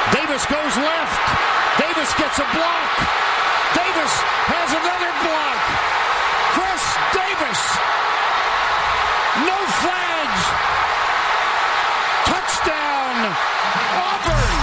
Davis goes left. Davis gets a block. Davis has another block. Chris Davis. No flags. Touchdown. Auburn.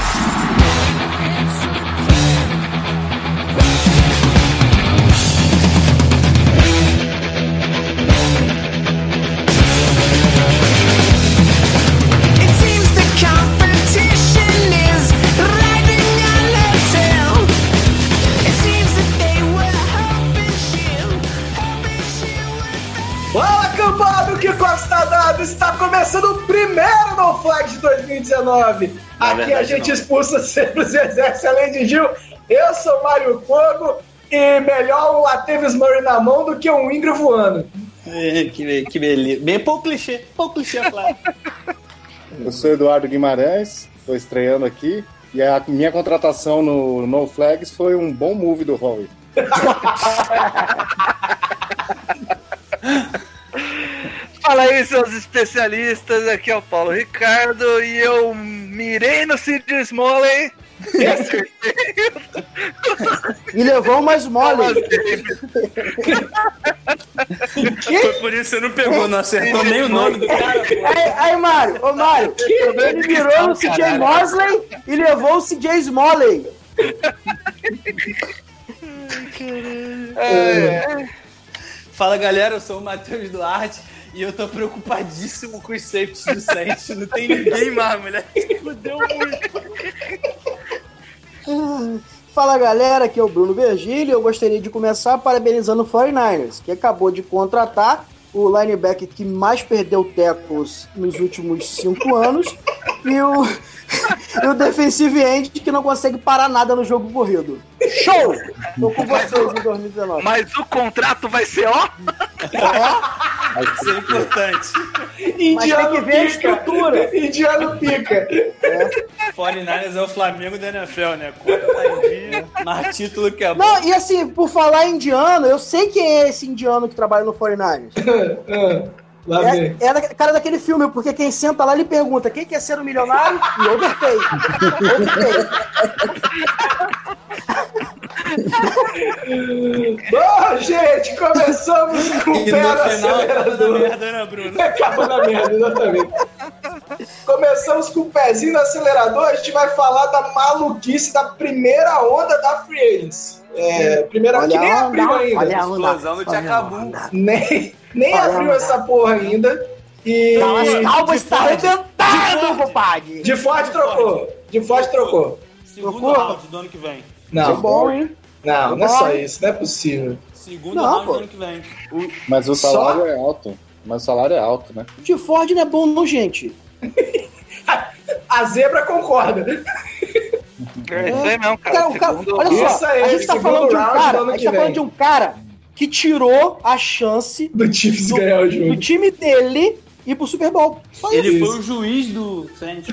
Fala, cambado, que Costa Dado! Está começando o primeiro No Flag de 2019. Aqui a gente expulsa sempre os exércitos além de Gil. Eu sou Mário Fogo e melhor um Latavius Murray na mão do que um Ingram voando. Que beleza. Bem pouco clichê, Flávio. Eu sou Eduardo Guimarães, estou estreando aqui. E a minha contratação no No Flags foi um bom move do Howie. Fala aí, seus especialistas, aqui é o Paulo Ricardo e eu mirei no Cid Smalley e acertei. E levou uma Smalley. Foi por isso que você não pegou, não acertou nem o nome do cara. Aí, Mário, ele mirou no CJ Mosley e levou o CJ Smalley. Fala, galera, eu sou o Matheus Duarte e eu tô preocupadíssimo com os safeties do Saints. Não tem ninguém mais, moleque. Fudeu muito. Fala, galera, aqui é o Bruno Virgílio e eu gostaria de começar parabenizando o 49ers, que acabou de contratar o linebacker que mais perdeu tackles nos últimos 5 anos e o defensive end que não consegue parar nada no jogo corrido. Show! Tô com vocês em 2019. Mas o contrato vai ser, ó... Isso é importante. Indiano tem que ver a estrutura. Indiano pica. 49ers é o Flamengo da NFL, né? Conta tá em dia, mais título que é bom. Não, e assim, por falar indiano, eu sei quem é esse indiano que trabalha no 49ers. É a cara daquele filme, porque quem senta lá ele pergunta: quem quer ser um milionário? E overpay. Bom, gente, começamos com o E pé no no final acaba na acelerador. merda, né, Bruno? Acaba na merda, exatamente. Começamos com o pezinho no acelerador. A gente vai falar da maluquice da primeira onda da Free Agents. Primeira que nem abriu ainda. Explosão do Tchacabum. Nem abriu essa porra ainda. E Calma, está arrebentado, compadre. de Ford trocou. Segundo round do ano que vem. Não, bom, hein? não é só isso, não é possível. Segundo Não, round pô. do ano que vem. Mas o salário é alto. Mas o salário é alto, né? De Ford não é bom, não, gente. A zebra concorda. É isso aí mesmo, cara. Olha só, Isso aí, a gente tá segundo falando de um round do cara, ano a gente que tá falando vem. de um cara que tirou a chance Do Chiefs ganhar o jogo. do time dele ir pro Super Bowl. Só Ele isso. foi o juiz do Saints.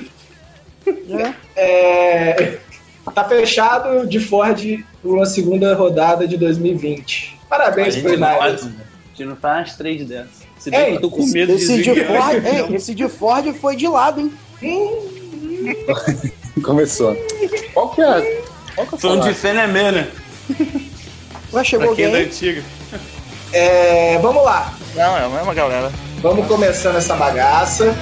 Tá fechado de Ford por uma segunda rodada de 2020. Parabéns pro Niners. A gente não faz umas 3 dessas. Se bem que eu tô com medo de Esse dizer de que Ford, esse de Ford foi de lado, hein? Começou. Qual que é o foi um de Fenemê, né? Ué, chegou Pra quem é da alguém? antiga. Vamos lá. Não, é a mesma galera. Vamos começando essa bagaça.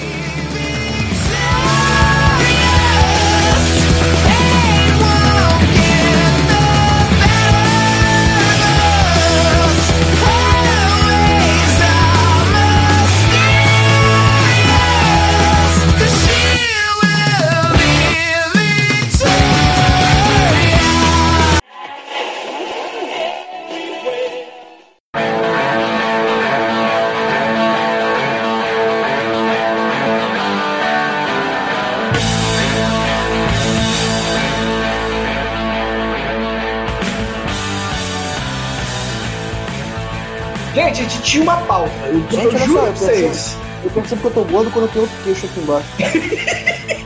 Gente, a gente tinha uma pauta. Eu Gente, olha juro só, pra vocês. Eu percebo que eu tô gordo quando eu tenho outro queixo aqui embaixo.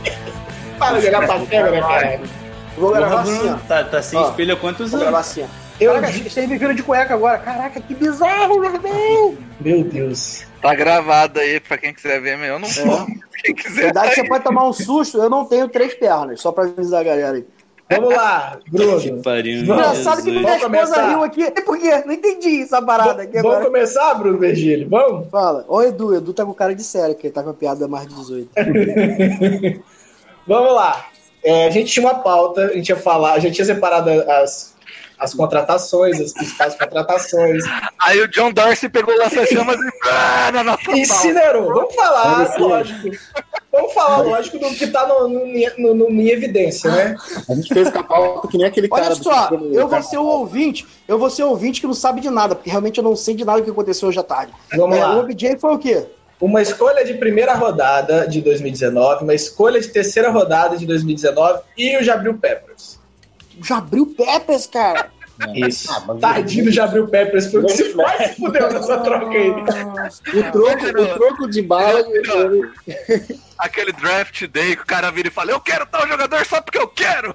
Para de jogar pra câmera, cara. Eu vou gravar assim, ó. Tá sem Ó, espelho há quantos Vou gravar anos? assim, ó. Caraca, eles têm me vindo de cueca agora. Caraca, que bizarro, meu irmão. Meu Deus. Tá gravado aí pra quem quiser ver, mas eu não vou. Quem quiser. Verdade, você pode tomar um susto. Eu não tenho 3 pernas, só pra avisar a galera aí. Vamos lá, Bruno. Que pariu, Engraçado que minha Vamos esposa começar? riu aqui. Por quê? Não entendi essa parada aqui Vamos agora. começar, Bruno Virgílio? Vamos? Fala. Ó, Edu. Edu tá com cara de sério, que ele tá com a piada mais de 18. Vamos lá. A gente tinha uma pauta, a gente ia falar, a gente tinha separado as contratações, as principais contratações. Aí o John Dorsey pegou o lança-chamas e na nossa pauta. Incinerou. Vamos falar, lógico. Vamos falar, lógico, do que tá em evidência, né? A gente fez com a pauta que nem aquele cara. Olha só, eu vou ser o ouvinte que não sabe de nada, porque realmente eu não sei de nada do que aconteceu hoje à tarde. Vamos lá. O OBJ foi o quê? Uma escolha de primeira rodada de 2019, uma escolha de terceira rodada de 2019 e o Jabril Peppers. Jabril Peppers, cara. Isso. Tadinho do Jabril Peppers, foi o que se mais fudeu nessa troca aí. O troco de bala. Aquele draft day que o cara vira e fala: eu quero tal jogador só porque eu quero.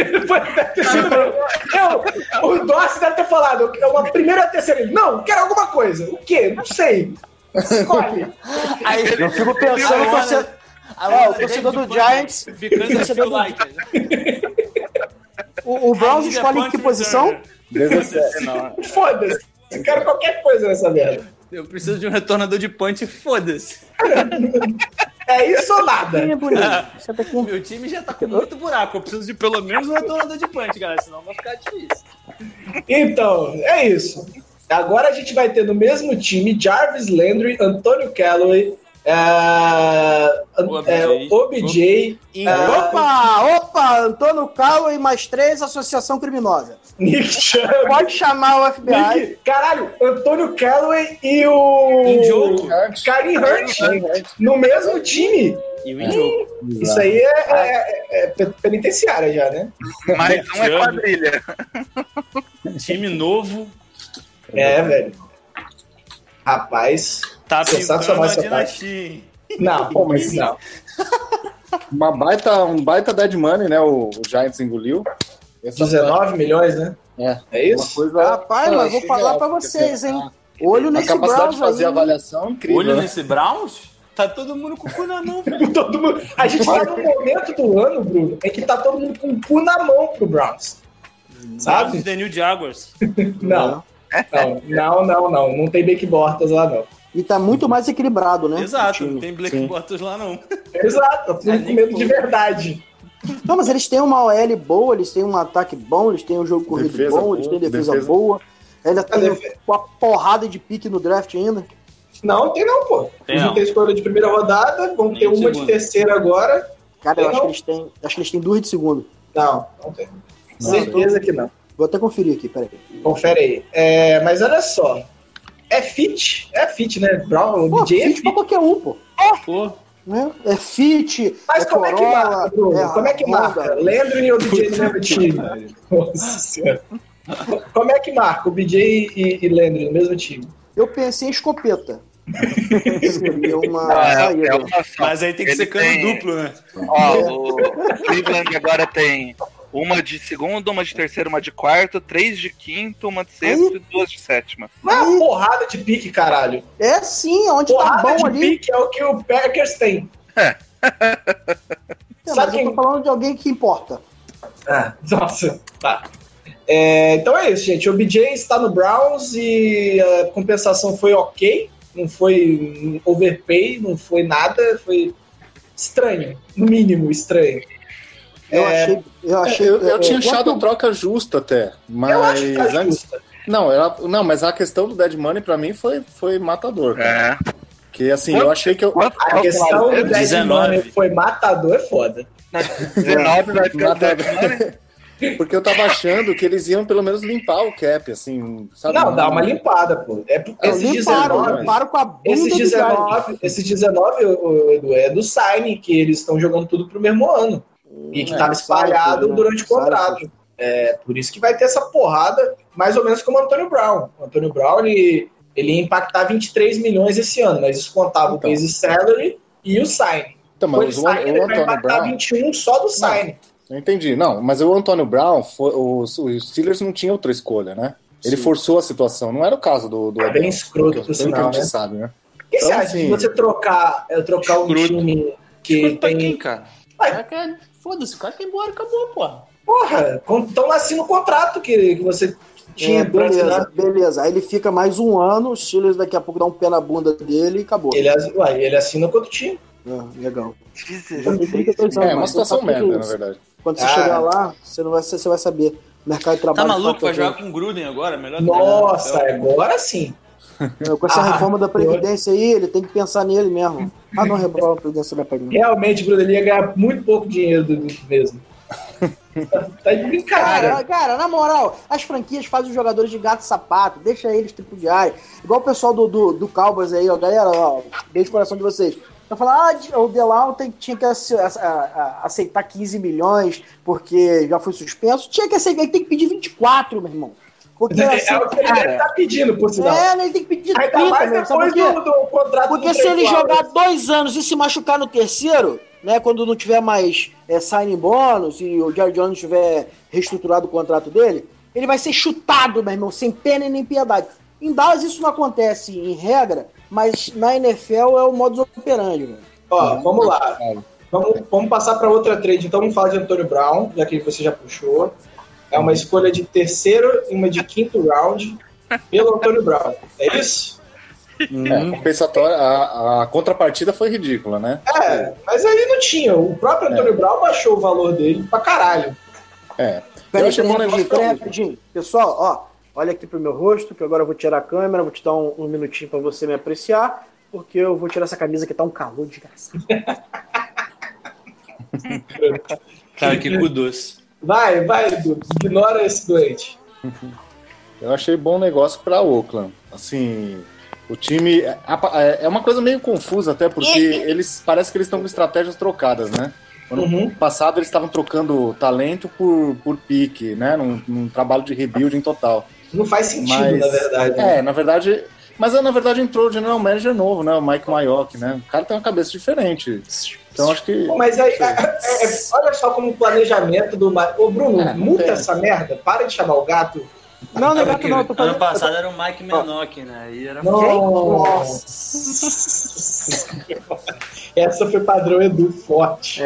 O Dorsey deve ter falado, é uma primeira ou terceira. Ele, não, quero alguma coisa. O quê? Não sei. Escolhe. Aí, Eu fico pensando o torcedor do Giants. O Browns escolhe em que posição? 17. Foda-se. Eu quero qualquer coisa nessa merda. Eu preciso de um retornador de punch, foda-se. É isso ou nada? Meu time já tá com muito buraco. Eu preciso de pelo menos um retornador de punch, galera. Senão vai ficar difícil. Então, é isso. Agora a gente vai ter no mesmo time Jarvis Landry, Antonio Callaway, OBJ. Opa! Antônio Callaway mais 3, associação criminosa. Nick Chubb. Pode chamar o FBI. Caralho, Antônio Callaway e o Kareem Hunt no mesmo time. E o Injogo. Isso aí é penitenciária já, né? Mais um é quadrilha. Time novo. Velho. Rapaz, Tá sensacional pintando a essa dinastia. Não, mas não. Um baita dead money, né? O Giants engoliu. 19 milhões, né? É isso? Rapaz, mas vou falar pra vocês, hein? Olho nesse Browns aí. A capacidade de fazer avaliação é incrível. Olho nesse Browns? Tá todo mundo com o cu na mão, velho. A gente tá num momento do ano, Bruno, em que tá todo mundo com o cu na mão pro Browns. Sabe? The New Jaguars. Não tem Blake Bortles lá, não. E tá muito mais equilibrado, né? Exato, não tem Blake Bortles lá, não. Exato, tá tudo com medo de verdade. Não, mas eles têm uma OL boa, eles têm um ataque bom, eles têm um jogo corrido bom, eles têm defesa boa. Ainda tem uma porrada de pique no draft ainda. Não, tem não, pô. Eles não têm escolha de primeira rodada, vão ter uma de terceira agora. Cara, eu acho que eles têm 2 de segundo. Não tem. Certeza que não. Vou até conferir aqui, peraí. Confere aí. Mas olha só. É fit, né? Brown, o DJ é fit pra qualquer um, pô. É fit, mas como Corolla, é que marca, Bruno? Como é que marca? Landry e o BJ no mesmo time. Nossa Senhora. Como é que marca o BJ e Landry no mesmo time? Eu pensei em escopeta. Seria uma saída. Mas aí tem que ser cano duplo, né? O Cleveland agora tem uma de segunda, uma de terceira, uma de quarta, 3 de quinta, uma de sexta e 2 de sétima. Mas é uma porrada de pique, caralho. É sim, onde porrada tá bom de ali. Pique é o que o Packers tem. Sabe quem... eu tô falando de alguém que importa. Nossa, tá. Então é isso, gente. O BJ está no Browns e a compensação foi ok. Não foi overpay, não foi nada. Foi estranho, no mínimo estranho. Eu tinha achado a troca justa até, mas eu acho que tá justa. Não, mas a questão do dead money pra mim foi matador. Cara. Que assim, eu achei que a questão do dead money foi matador, é foda. 19 vai ficar dead money. Porque eu tava achando que eles iam pelo menos limpar o cap, assim, sabe? Não, dá uma limpada, pô. Limparam com a bunda Esses 19, Edu, é do signing, que eles estão jogando tudo pro mesmo ano. E que tava espalhado durante o contrato. Por isso que vai ter essa porrada, mais ou menos como o Antonio Brown. O Antonio Brown, ele ia impactar 23 milhões esse ano, mas isso contava o base salary e o sign. Então, mas ele vai impactar Brown 21 só do sign. Eu entendi. Não, mas o Antônio Brown, os Steelers não tinham outra escolha, né? Ele forçou a situação. Não era o caso do É bem escroto, por sinal, que a gente né? sabe, né? O que você Então, acha assim, de você trocar um time que Escroto pra tem... quem, cara? Foda-se, o cara quer ir embora, acabou, porra. Porra, então assina o contrato que você tinha pra assinar. Beleza. Aí ele fica mais um ano, os Steelers daqui a pouco dá um pé na bunda dele e acabou. Ele assina com outro time. Legal. É uma situação merda, na verdade. Quando você chegar lá, você vai saber. O mercado de trabalho... Tá maluco? Vai jogar com o Gruden agora? Melhor Nossa, agora sim. Com essa reforma da Previdência aí, ele tem que pensar nele mesmo. Não, reforma da Previdência da Previdência. Realmente, Bruno, ele ia ganhar muito pouco dinheiro mesmo. Tá de brincadeira. Cara, na moral, as franquias fazem os jogadores de gato e sapato, deixa eles tripudiarem. Igual o pessoal do Cowboys aí, ó, galera, ó, beijo no coração de vocês. Vai falar, o Delon tinha que aceitar 15 milhões porque já foi suspenso. Tinha que aceitar, ele tem que pedir 24, meu irmão. Porque, assim, é o que ele deve estar pedindo, por sinal. Ele tem que pedir 30, mesmo. Sabe por quê? Do contrato porque se ele jogar 2 anos e se machucar no terceiro, né, quando não tiver mais signing bônus e o Jerry Jones tiver reestruturado o contrato dele, ele vai ser chutado, meu irmão, sem pena e nem piedade. Em Dallas isso não acontece em regra, mas na NFL é o modus operandi, velho. Ó, vamos lá. Vamos passar para outra trade. Então vamos falar de Antônio Brown, já que você já puxou. É uma escolha de terceiro e uma de quinto round pelo Antônio Brown. É isso? Compensatória, a contrapartida foi ridícula, né? Mas aí não tinha. O próprio Antônio Brown baixou o valor dele pra caralho. Peraí, rapidinho. Pessoal, ó, olha aqui pro meu rosto, que agora eu vou tirar a câmera, vou te dar um minutinho pra você me apreciar, porque eu vou tirar essa camisa que tá um calor de graça. Cara, que cu doce. Vai, Edu, ignora esse doente. Eu achei bom negócio para Oakland. Assim, o time é uma coisa meio confusa até porque parece que eles estão com estratégias trocadas, né? Ano passado eles estavam trocando talento por pique, né? Num trabalho de rebuilding total. Não faz sentido, na verdade. Na verdade. Mas na verdade entrou o general manager novo, né? O Mike Mayock, né? O cara tem uma cabeça diferente. Então acho que. Mas aí, olha só como o planejamento do Mike. Ô, Bruno, muda essa merda. Para de chamar o gato. Não é gato, não. Ano passado era o Mike Mayock, né? Aí era. Nossa. Essa foi padrão Edu forte.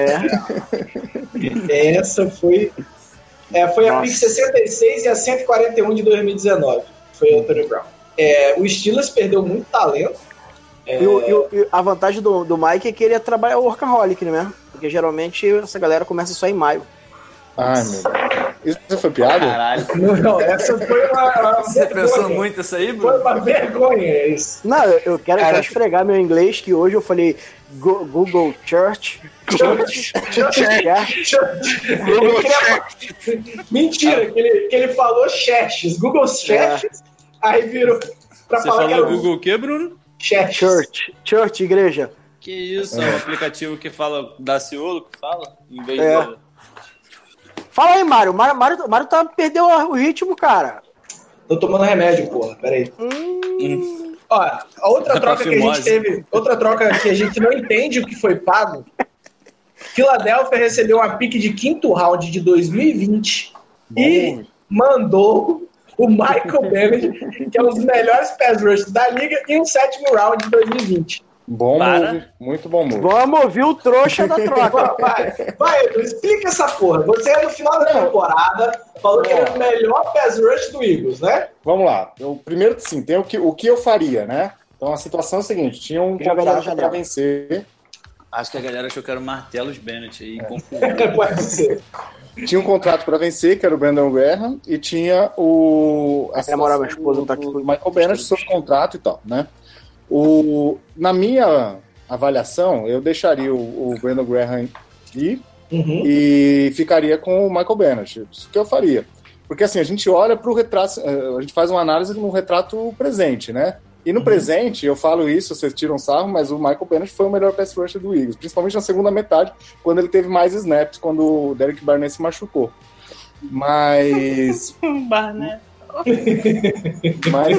Essa foi. Foi a pick 66 e a 141 de 2019. Foi o Antônio Brown. O Steelers perdeu muito talento. E a vantagem do Mike é que ele trabalha o workaholic, né? Porque geralmente essa galera começa só em maio. Ai, meu Deus. Isso foi piada? Caralho. Não, essa foi uma Você pensou muito isso aí, Bruno? Foi uma vergonha isso. Não, eu quero esfregar meu inglês, que hoje eu falei Google Church. Google Church. Mentira, que ele falou churches. Google Churches. Aí virou pra Você falar que falou era Google o quê, Bruno? Church, igreja. Que isso, é um aplicativo que fala Daciolo, que fala? Em vez de... Fala aí, Mário. Mário perdeu o ritmo, cara. Tô tomando remédio, porra. Peraí. Ó, a outra troca que a gente teve, outra troca que a gente não entende o que foi pago. Philadelphia recebeu uma pick de quinto round de 2020 e mandou o Michael Bennett, que é um dos melhores pass rushers da liga, e um sétimo round de 2020. Bom move, muito bom move. Vamos ouvir o trouxa da troca. Vai, Edu, explica essa porra. Você no final da temporada falou que era o melhor pass rush do Eagles, né? Vamos lá. Primeiro, sim, tem o que eu faria, né? Então a situação é a seguinte: tinha um contrato para vencer. Acho que a galera achou que era o Martellus Bennett aí, Pode ser. Tinha um contrato para vencer, que era o Brandon Graham, e tinha o Michael Bennett sob contrato e tal, né? Na minha avaliação, eu deixaria o Brandon Graham ir e ficaria com o Michael Bennett. Isso que eu faria. Porque assim, a gente olha para o retrato, a gente faz uma análise no retrato presente, né? E no presente, eu falo isso, vocês tiram sarro, mas o Michael Bennett foi o melhor pass rusher do Eagles, principalmente na segunda metade, quando ele teve mais snaps, quando o Derek Barnett se machucou. Mas... Mas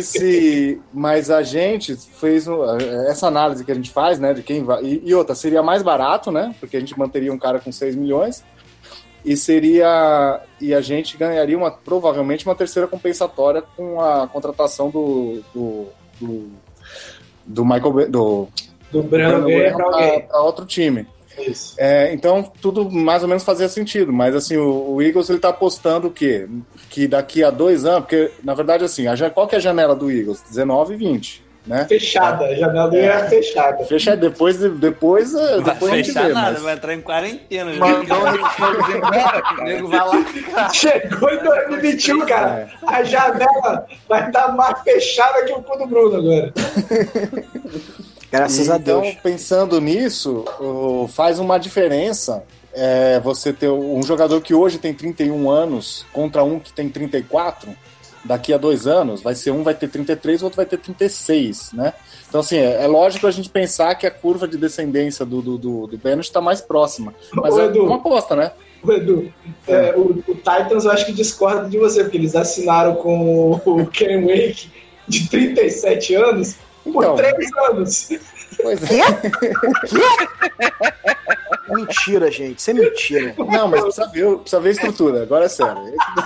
a gente fez essa análise que a gente faz, né, de quem vai... E outra, seria mais barato, né, porque a gente manteria um cara com 6 milhões, e a gente ganharia provavelmente uma terceira compensatória com a contratação do Michael do Brandon Graham para outro time. Isso. Então tudo mais ou menos fazia sentido, mas assim, o Eagles ele tá apostando o quê? Que daqui a 2 anos, porque na verdade assim, qual que é a janela do Eagles? 19 e 20, né? Fechada, a janela do Eagles é fechada. Fechada, depois vai fechar nada, mas... vai entrar em quarentena. Mandou o nego vai lá. Chegou em 2021, cara. A janela vai estar mais fechada que o cu do Bruno agora. Graças a Deus. Então, pensando nisso, faz uma diferença você ter um jogador que hoje tem 31 anos contra um que tem 34, daqui a 2 anos, um vai ter 33, o outro vai ter 36, né? Então, assim, é lógico a gente pensar que a curva de descendência do Bennett está mais próxima. Mas Edu, uma aposta, né? Edu, o Titans eu acho que discorda de você, porque eles assinaram com o Ken Wake de 37 anos por 3 anos. Pois é. O quê? Mentira, gente. Isso é mentira. Não, mas precisa ver a estrutura. Agora é sério.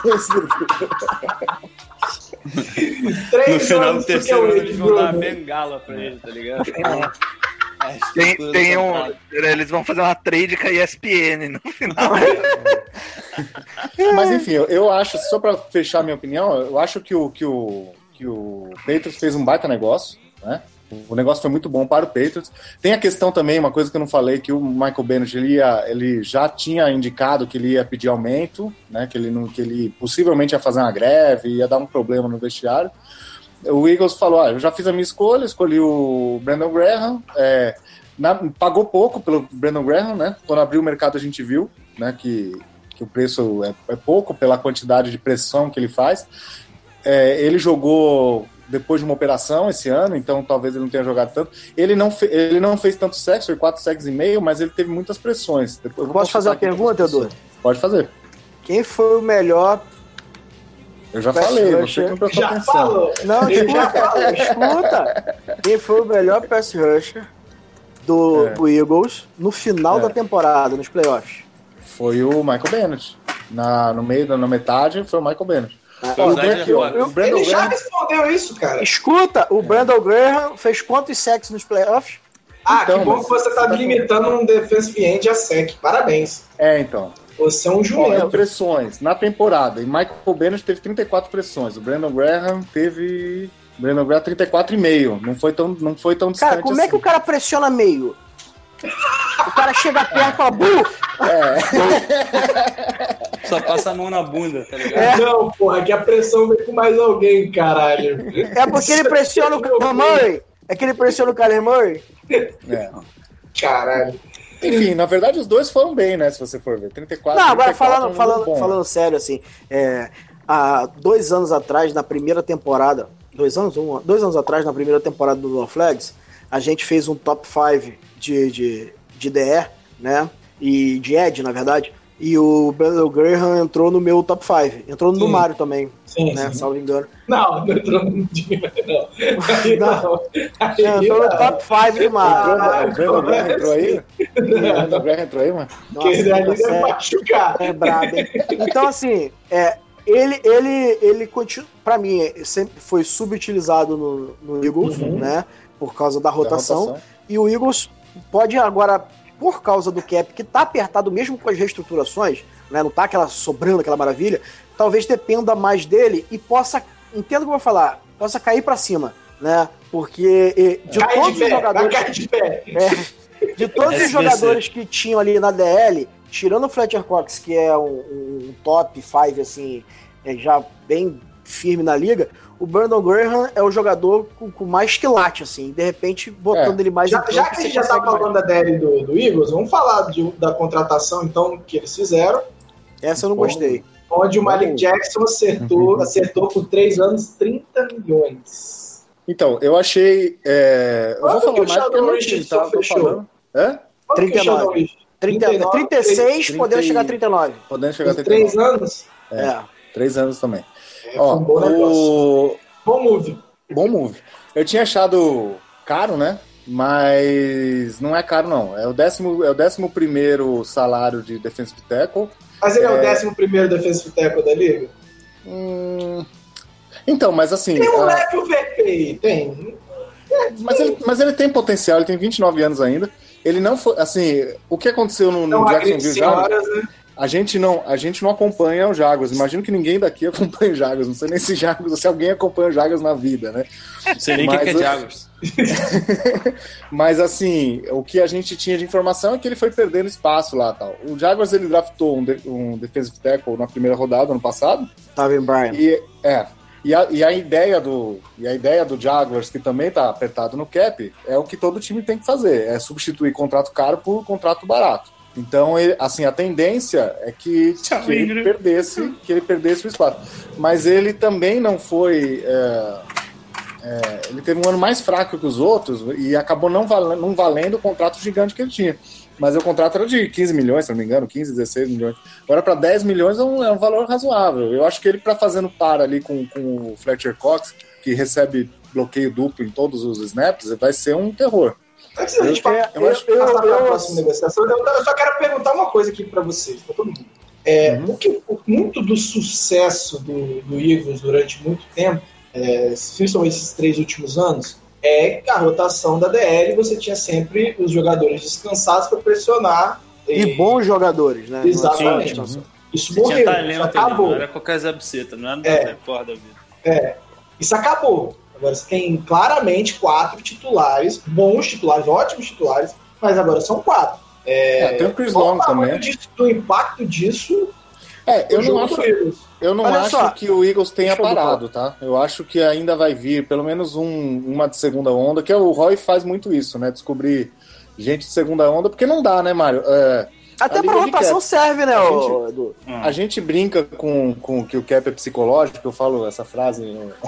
No final do terceiro ano eles vão dar uma bengala pra ele, tá ligado? Eles vão fazer uma trade com a ESPN no final. Mas enfim, eu acho, só pra fechar minha opinião, eu acho que o Patriots fez um baita negócio, né? O negócio foi muito bom para o Patriots. Tem a questão também, uma coisa que eu não falei, que o Michael Bennett ele já tinha indicado que ele ia pedir aumento, né? Que ele possivelmente ia fazer uma greve, ia dar um problema no vestiário. O Eagles falou, eu já fiz a minha escolha, escolhi o Brandon Graham, pagou pouco pelo Brandon Graham, né? Quando abriu o mercado a gente viu, né, que o preço é pouco pela quantidade de pressão que ele faz. Ele jogou depois de uma operação esse ano, então talvez ele não tenha jogado tanto. Ele não fez tanto sexo, foi 4 sacks e meio, mas ele teve muitas pressões. Posso fazer uma pergunta, Edu? Pode fazer. Quem foi o melhor? Eu já falei, você que não prestou atenção. Falou. Não, escuta. Quem foi o melhor pass rusher do Eagles no final da temporada, nos playoffs? Foi o Michael Bennett. Na metade foi o Michael Bennett. Ele já respondeu isso, cara. Escuta, o Brandon Graham fez quantos sacks nos playoffs? Que bom que você tá limitando um defensive end a sec. Parabéns. Então. Você é um jumento. Pressões na temporada. E Michael Bennett teve 34 pressões. O Brandon Graham teve 34,5. Não foi tão distante. Cara, como é que o cara pressiona meio? O cara chega perto e fala, Só passa a mão na bunda, tá ligado? Não, porra, que a pressão vem com mais alguém, caralho. É porque ele pressiona o Kyler Murray? É que ele pressiona o Kyler Murray? Caralho. Enfim, na verdade os dois foram bem, né? Se você for ver. 34. Não, agora 34, falando sério, assim, há 2 anos atrás, na primeira temporada, 2 anos atrás, na primeira temporada do No Flags, a gente fez um top 5 de DR, né? E de Ed, na verdade. E o Brandon Graham entrou no meu top 5. Entrou no Mário também, né? Salvo engano. Não entrou no não. Entrou no top 5 do Mário. O Brandon Graham entrou aí? O Brandon Graham entrou aí, mano? Nossa, ele ali deve machucar. É brabo, hein? Então, assim, ele continua, pra mim, sempre foi subutilizado no Eagles, né? Por causa da rotação. E o Eagles pode agora, por causa do cap, que tá apertado mesmo com as reestruturações, né? Não tá sobrando aquela maravilha, talvez dependa mais dele e possa, entendo o que eu vou falar, possa cair pra cima, né? Porque de todos os jogadores... de todos os jogadores que tinham ali na DL, tirando o Fletcher Cox, que é um top 5, assim, já bem firme na liga, o Brandon Graham é o jogador com mais quilate, assim, de repente botando ele mais... Já que a gente já tá falando da DL do Eagles, vamos falar da contratação, então, que eles fizeram. Essa eu não gostei. Onde o Malik Jackson acertou por 3 anos 30 milhões. Então, eu achei... eu vou falar mais porque eu não tive, tá? Tô falando. 39. 36, podendo chegar a 39. Podendo chegar a 39. 3 anos? 3 anos também. Ó, um bom negócio. Bom move. Eu tinha achado caro, né? mas não é caro, não. É o 11º salário de defensive tackle. Mas ele é o 11º defensive tackle da liga? Então, mas assim... Tem um leve VP, tem. Mas ele tem potencial, ele tem 29 anos ainda. Ele não foi... Assim, o que aconteceu no Jacksonville Jaguars... Né? A gente não acompanha o Jaguars. Imagino que ninguém daqui acompanha o Jaguars. Não sei nem se alguém acompanha o Jaguars na vida, né? Não sei nem o que é Jaguars. Mas assim, o que a gente tinha de informação é que ele foi perdendo espaço lá, tal. O Jaguars, ele draftou um defensive tackle na primeira rodada ano passado. Taven Bryan. E a ideia do Jaguars, que também tá apertado no cap, é o que todo time tem que fazer, é substituir contrato caro por contrato barato. Então, assim, a tendência é que ele perdesse o espaço. Mas ele também não foi... ele teve um ano mais fraco que os outros e acabou não valendo o contrato gigante que ele tinha. Mas o contrato era de 15 milhões, se não me engano, 15, 16 milhões. Agora, para 10 milhões é um valor razoável. Eu acho que ele, para fazer no par ali com o Fletcher Cox, que recebe bloqueio duplo em todos os snaps, vai ser um terror. Antes da gente passar para a próxima negociação, eu só quero perguntar uma coisa aqui para vocês, para todo mundo. Muito do sucesso do Eagles durante muito tempo, principalmente esses 3 últimos anos, é que a rotação da DL, você tinha sempre os jogadores descansados para pressionar. E bons jogadores, né? Exatamente. Isso morreu, isso acabou. Não era qualquer zabceta, não era porra da vida. Isso acabou. Agora você tem claramente 4 titulares, bons titulares, ótimos titulares, mas agora são 4. Tem o Chris Long também. Do impacto disso... Eu não acho que o Eagles tenha parado, tá? Eu acho que ainda vai vir pelo menos uma de segunda onda, que o Roy faz muito isso, né? Descobrir gente de segunda onda, porque não dá, né, Mário? Até pra rotação serve, né, Edu? A gente brinca com que o cap é psicológico, eu falo essa frase,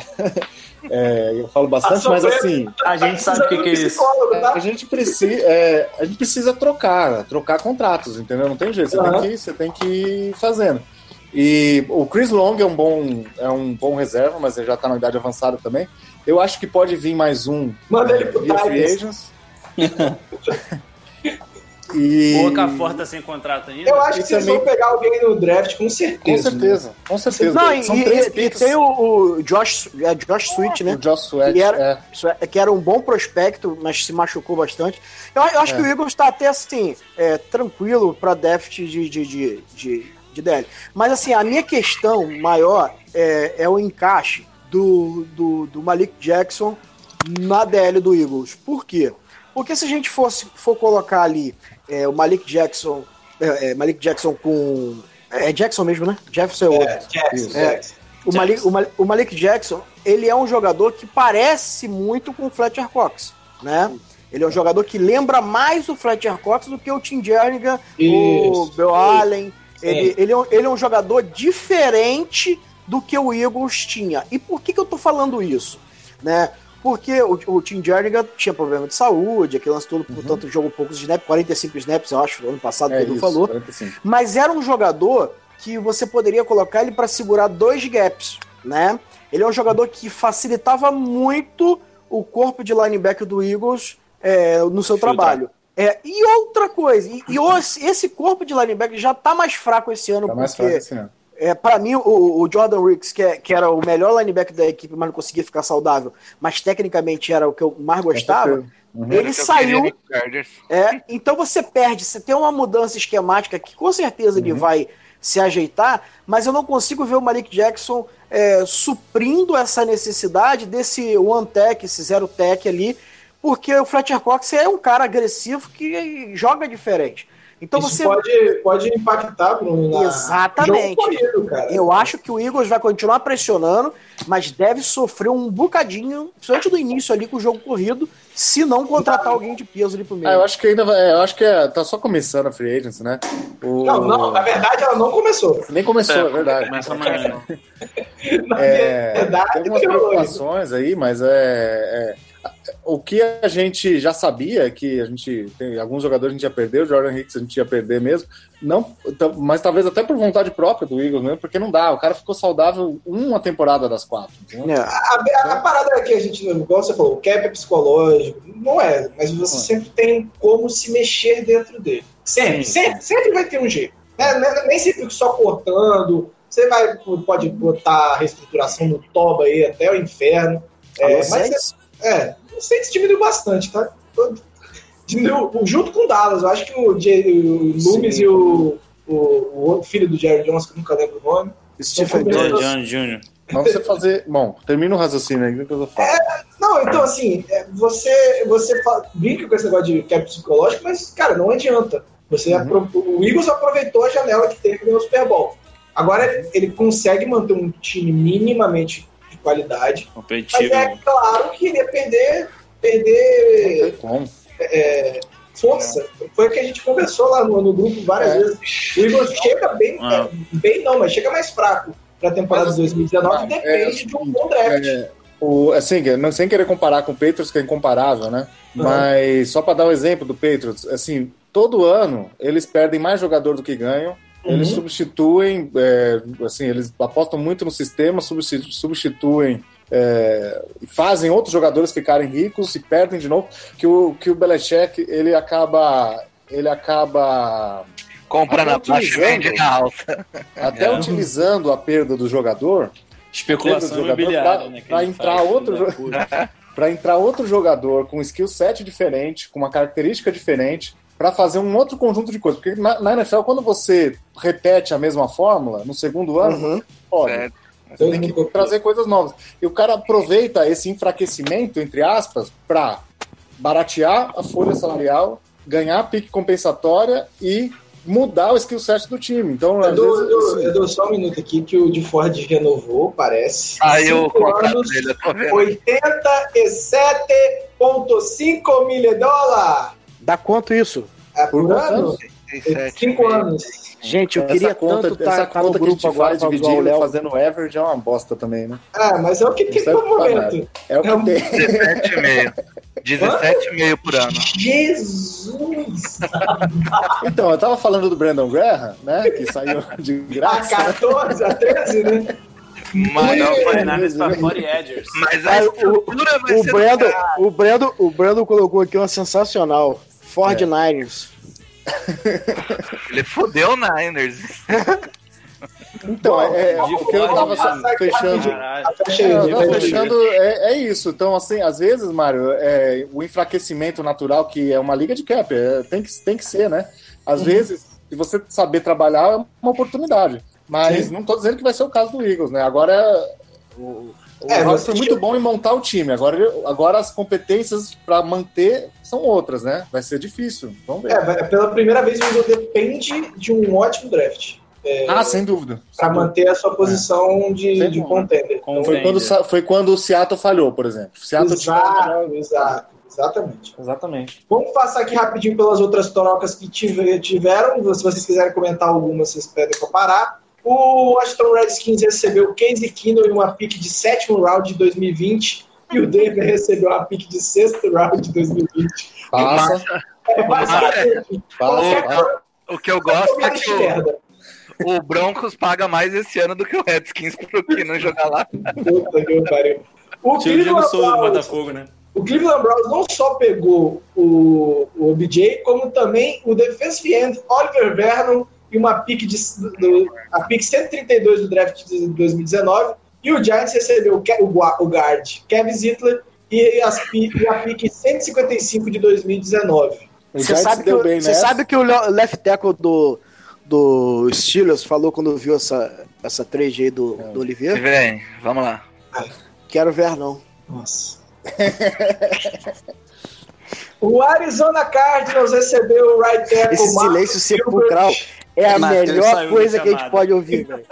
eu falo bastante, mas assim... A gente sabe o que é isso. A gente precisa trocar contratos, entendeu? Não tem jeito, você tem que ir fazendo. E o Chris Long é um bom reserva, mas ele já tá na idade avançada também. Eu acho que pode vir mais um via free agents. O Okafor tá sem contrato ainda. Eu acho que vocês vão pegar alguém no draft, com certeza. Com certeza. Não, e tem o Josh Sweat, né? O Josh Sweat, que era um bom prospecto, mas se machucou bastante. Eu acho que o Eagles tá até assim, tranquilo pra draft de DL. Mas assim, a minha questão maior é o encaixe do Malik Jackson na DL do Eagles. Por quê? Porque se a gente for colocar ali o Malik Jackson com... É Jackson mesmo, né? Jefferson é outro. Jackson. O Malik Jackson, ele é um jogador que parece muito com o Fletcher Cox, né? Ele é um jogador que lembra mais o Fletcher Cox do que o Tim Jernigan, o Bill Allen. Ele é um jogador diferente do que o Eagles tinha. E por que eu tô falando isso? Né? Porque o Tim Jernigan tinha problema de saúde, aquele lance todo, portanto, jogou poucos snaps, 45 snaps, eu acho, ano passado, que ele falou. 45. Mas era um jogador que você poderia colocar ele para segurar 2 gaps, né? Ele é um jogador que facilitava muito o corpo de linebacker do Eagles no seu trabalho. E outra coisa, esse corpo de linebacker já tá mais fraco esse ano, para mim, o Jordan Ricks, que era o melhor linebacker da equipe, mas não conseguia ficar saudável, mas tecnicamente era o que eu mais gostava, ele saiu. Então você tem uma mudança esquemática que com certeza ele vai se ajeitar, mas eu não consigo ver o Malik Jackson suprindo essa necessidade desse one tech, esse zero tech ali, porque o Fletcher Cox é um cara agressivo que joga diferente. Então isso pode impactar, Bruno, exatamente. Jogo corrido, cara. Eu acho que o Eagles vai continuar pressionando, mas deve sofrer um bocadinho, principalmente no início ali com o jogo corrido, se não contratar alguém de peso ali pro meio. Eu acho que ainda vai. Eu acho que tá só começando a free agency, né? Não, na verdade ela não começou. Nem começou, é verdade. Começa amanhã. Na verdade, tem algumas preocupações aí, mas o que a gente já sabia, que a gente tem alguns jogadores a gente ia perder, o Jordan Hicks a gente ia perder mesmo, não, mas talvez até por vontade própria do Eagles mesmo, porque não dá, o cara ficou saudável uma temporada das 4. A parada é que a gente, igual você falou, o cap é psicológico, não é, mas você sempre tem como se mexer dentro dele. Sempre vai ter um jeito. Nem sempre só cortando, você pode botar reestruturação no toba aí até o inferno. Mas o Saints diminuiu bastante, tá? Diminuiu junto com o Dallas. Eu acho que o Loomis e o filho do Jerry Jones, que eu nunca lembro o nome. Stephen Jones Jr. Mas você fazer... Bom, termina o raciocínio aí que eu vou falar. Então assim, você brinca com esse negócio de cap psicológico, mas, cara, não adianta. O Eagles aproveitou a janela que teve no Super Bowl. Agora ele consegue manter um time minimamente de qualidade. Competitivo. Mas é claro que ele ia perder força. Foi o que a gente conversou lá no grupo várias vezes. O Eagles chega mas chega mais fraco para a temporada de 2019, depende de um bom draft. Assim, sem querer comparar com o Patriots, que é incomparável, né? Mas só para dar um exemplo do Patriots, assim, todo ano eles perdem mais jogador do que ganham. Eles substituem, eles apostam muito no sistema, substituem, fazem outros jogadores ficarem ricos e perdem de novo. Que o Belichick, ele acaba compra na baixa, vende na alta. Até utilizando a perda do jogador, especulação imobiliária, né? Para entrar outro jogador com um skill set diferente, com uma característica diferente, para fazer um outro conjunto de coisas. Porque na NFL, quando você repete a mesma fórmula, no segundo ano, você tem que trazer coisas novas. E o cara aproveita esse enfraquecimento, entre aspas, para baratear a folha salarial, ganhar a pique compensatória e mudar o skill set do time. Então, eu dou só um minuto aqui que o de Ford renovou, parece. Eu contrato dele, eu tô vendo. $87,5 milhões. Dá quanto isso? Por ano? 5 anos. Gente, eu queria tanto estar no grupo que agora faz dividindo, fazendo average é uma bosta também, né? Mas é o que tem no momento. É o que tem. 17,5 por ano. Jesus! Então, eu tava falando do Brandon Graham, né? Que saiu de graça. A 14, a 13, né? Mas a estrutura vai ser o Brandon colocou aqui uma sensacional. Ford Niners. Ele fodeu o Niners. Então, o que eu tava fechando é isso. Então, assim, às vezes, Mário, o enfraquecimento natural, que é uma liga de cap, tem que ser, né? Às vezes, se você saber trabalhar, é uma oportunidade. Mas não tô dizendo que vai ser o caso do Eagles, né? Agora, o Rodgers foi muito bom em montar o time. Agora as competências para manter são outras, né? Vai ser difícil. Vamos ver. Pela primeira vez o Eagles depende de um ótimo draft. Sem dúvida. Para manter a sua posição de contender. Foi quando o Seattle falhou, por exemplo. Exatamente. Vamos passar aqui rapidinho pelas outras trocas que tiveram. Se vocês quiserem comentar algumas, vocês pedem para parar. O Washington Redskins recebeu o Case Keenum em uma pick de 7º round de 2020 e o Denver recebeu uma pick de 6º round de 2020. Passa. O que eu gosto é que o Broncos paga mais esse ano do que o Redskins pro Keenum jogar lá. Puta que pariu. O Cleveland Browns não só pegou o OBJ, como também o defensive end Oliver Vernon e uma pick a pick 132 do draft de 2019, e o Giants recebeu o guard Kevin Zittler e a pick 155 de 2019. Você sabe que o left tackle do Steelers falou quando viu essa trade aí do Oliveira? Vem, vamos lá. Quero ver, não. Nossa. O Arizona Cardinals recebeu o right tackle. Esse silêncio sepulcral é a melhor coisa que a gente pode ouvir, velho.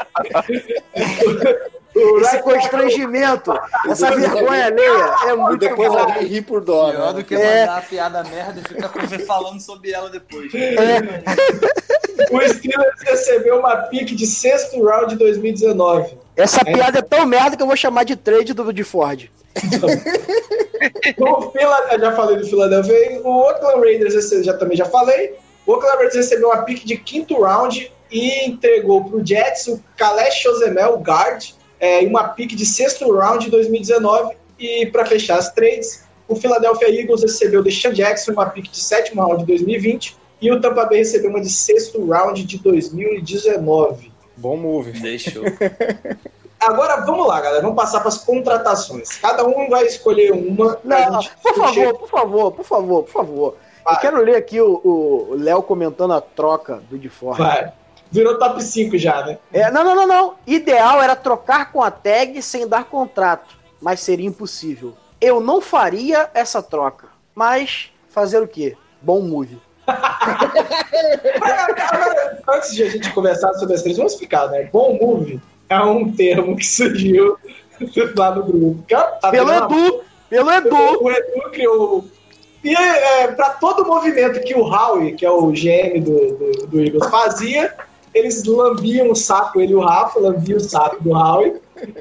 Esse constrangimento, essa vergonha alheia é muito depois bom. Alguém ri por dó. Pior do que mandar a piada merda e ficar falando sobre ela depois. O Steelers recebeu uma pick de 6º round de 2019. Essa piada é tão merda que eu vou chamar de trade de Ford. Eu já falei do Philadelphia. O Oakland Raiders, já falei. O Oakland Raiders recebeu uma pick de 5º round e entregou pro Jets o Kalesh Osemel, o guard, e uma pick de 6º round de 2019. E para fechar as trades, o Philadelphia Eagles recebeu o Deshaun Jackson, uma pick de 7º round de 2020. E o Tampa Bay recebeu uma de 6º round de 2019. Bom move. Deixou. Agora, vamos lá, galera. Vamos passar para as contratações. Cada um vai escolher uma. Não, por favor. Vai. Eu quero ler aqui o Léo comentando a troca do DeFord. Vai. Virou top 5 já, né? Não. Ideal era trocar com a tag sem dar contrato, mas seria impossível. Eu não faria essa troca, mas fazer o quê? Bom move. Agora, antes de a gente conversar sobre as três, vamos explicar, né? Bom move é um termo que surgiu lá no grupo. Pelo Edu. O Edu criou. E para todo movimento que o Howie, que é o GM do Eagles, fazia, eles lambiam o saco, ele e o Rafa lambiam o saco do Howie.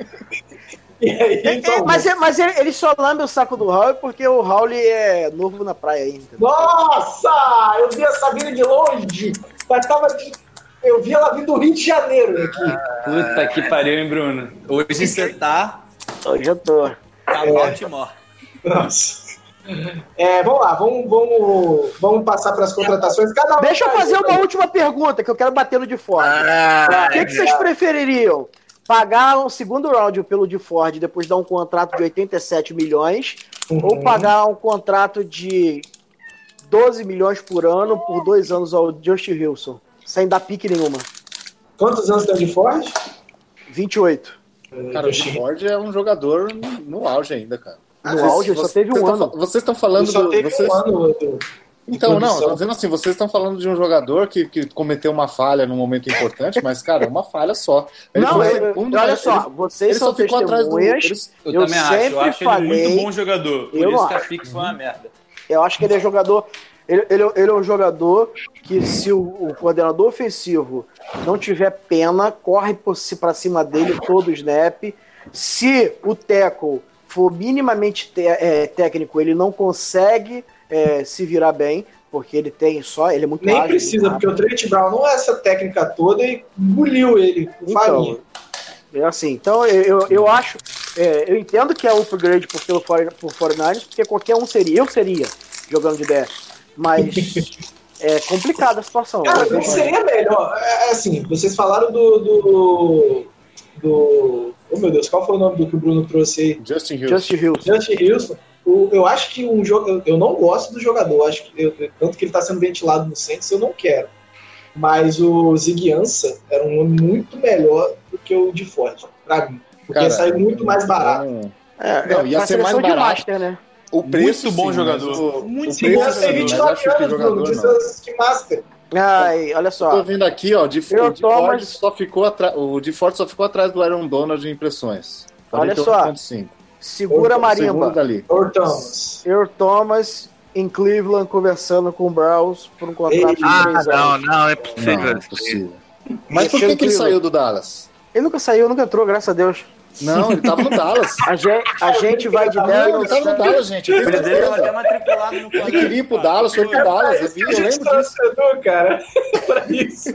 E aí, mas ele só lambe o saco do Howie porque o Howie é novo na praia ainda. Nossa! Eu vi essa vida de longe, mas eu vi ela vindo do Rio de Janeiro aqui. Puta que pariu, hein, Bruno? Hoje você tá... Hoje eu tô. Tá Baltimore. Nossa. Vamos lá, vamos passar para as contratações. Deixa eu fazer uma última pergunta que eu quero bater no DeFord. O que vocês prefeririam? Pagar um 2º round pelo DeFord e depois dar um contrato de 87 milhões ou pagar um contrato de 12 milhões por ano por 2 anos ao Justin Wilson, sem dar pique nenhuma? Quantos anos tem o DeFord? 28. Cara, o DeFord é um jogador no auge ainda, cara. No auge, só teve um ano. Vocês estão falando só teve um ano. Então, não, tô dizendo assim, vocês estão falando de um jogador que cometeu uma falha num momento importante, mas, cara, é uma falha só. Olha só, vocês são testemunhas. Eu também acho. Eu acho ele muito bom jogador. Por isso que a pick foi uma merda. Eu acho que ele é jogador... Ele é um jogador que, se o coordenador ofensivo não tiver pena, corre pra cima dele todo o snap. Se o tackle for minimamente técnico, ele não consegue se virar bem, porque ele é muito nem ágil, precisa, porque o Trent Brown não é essa técnica toda e engoliu ele. Então, assim, então eu acho, eu entendo que é upgrade por 49ers, porque qualquer um seria, eu seria jogando de DF, mas é complicada a situação. Cara, o que seria melhor? Assim, vocês falaram do oh meu Deus, qual foi o nome do que o Bruno trouxe aí? Justin Wilson. Eu acho que eu não gosto do jogador, acho que tanto que ele está sendo ventilado no Saints, eu não quero. Mas o Ziggy Ansah era um nome muito melhor do que o DeFord, pra mim. Porque ia sair muito mais barato. Não, ia ser mais barato. Master, né? O preço, muito bom jogador. Muito bom jogador. Que Master. Ai, olha só. Tô vendo aqui, ó, o DeFord só ficou atrás do Aaron Donald em impressões. Olha só. Segura a marimba. Earl Thomas em Cleveland conversando com o Browns por um contrato de 3 anos. Não é possível. Não é possível. Mas por que ele saiu do Dallas? Ele nunca saiu, nunca entrou, graças a Deus. Não, ele tava no Dallas. A gente vai de Dallas. Ele tava no Dallas, gente. Ele tava matriculado no Ele queria ir pro Dallas, foi pro Dallas. Eu lembro disso. Cara, pra isso.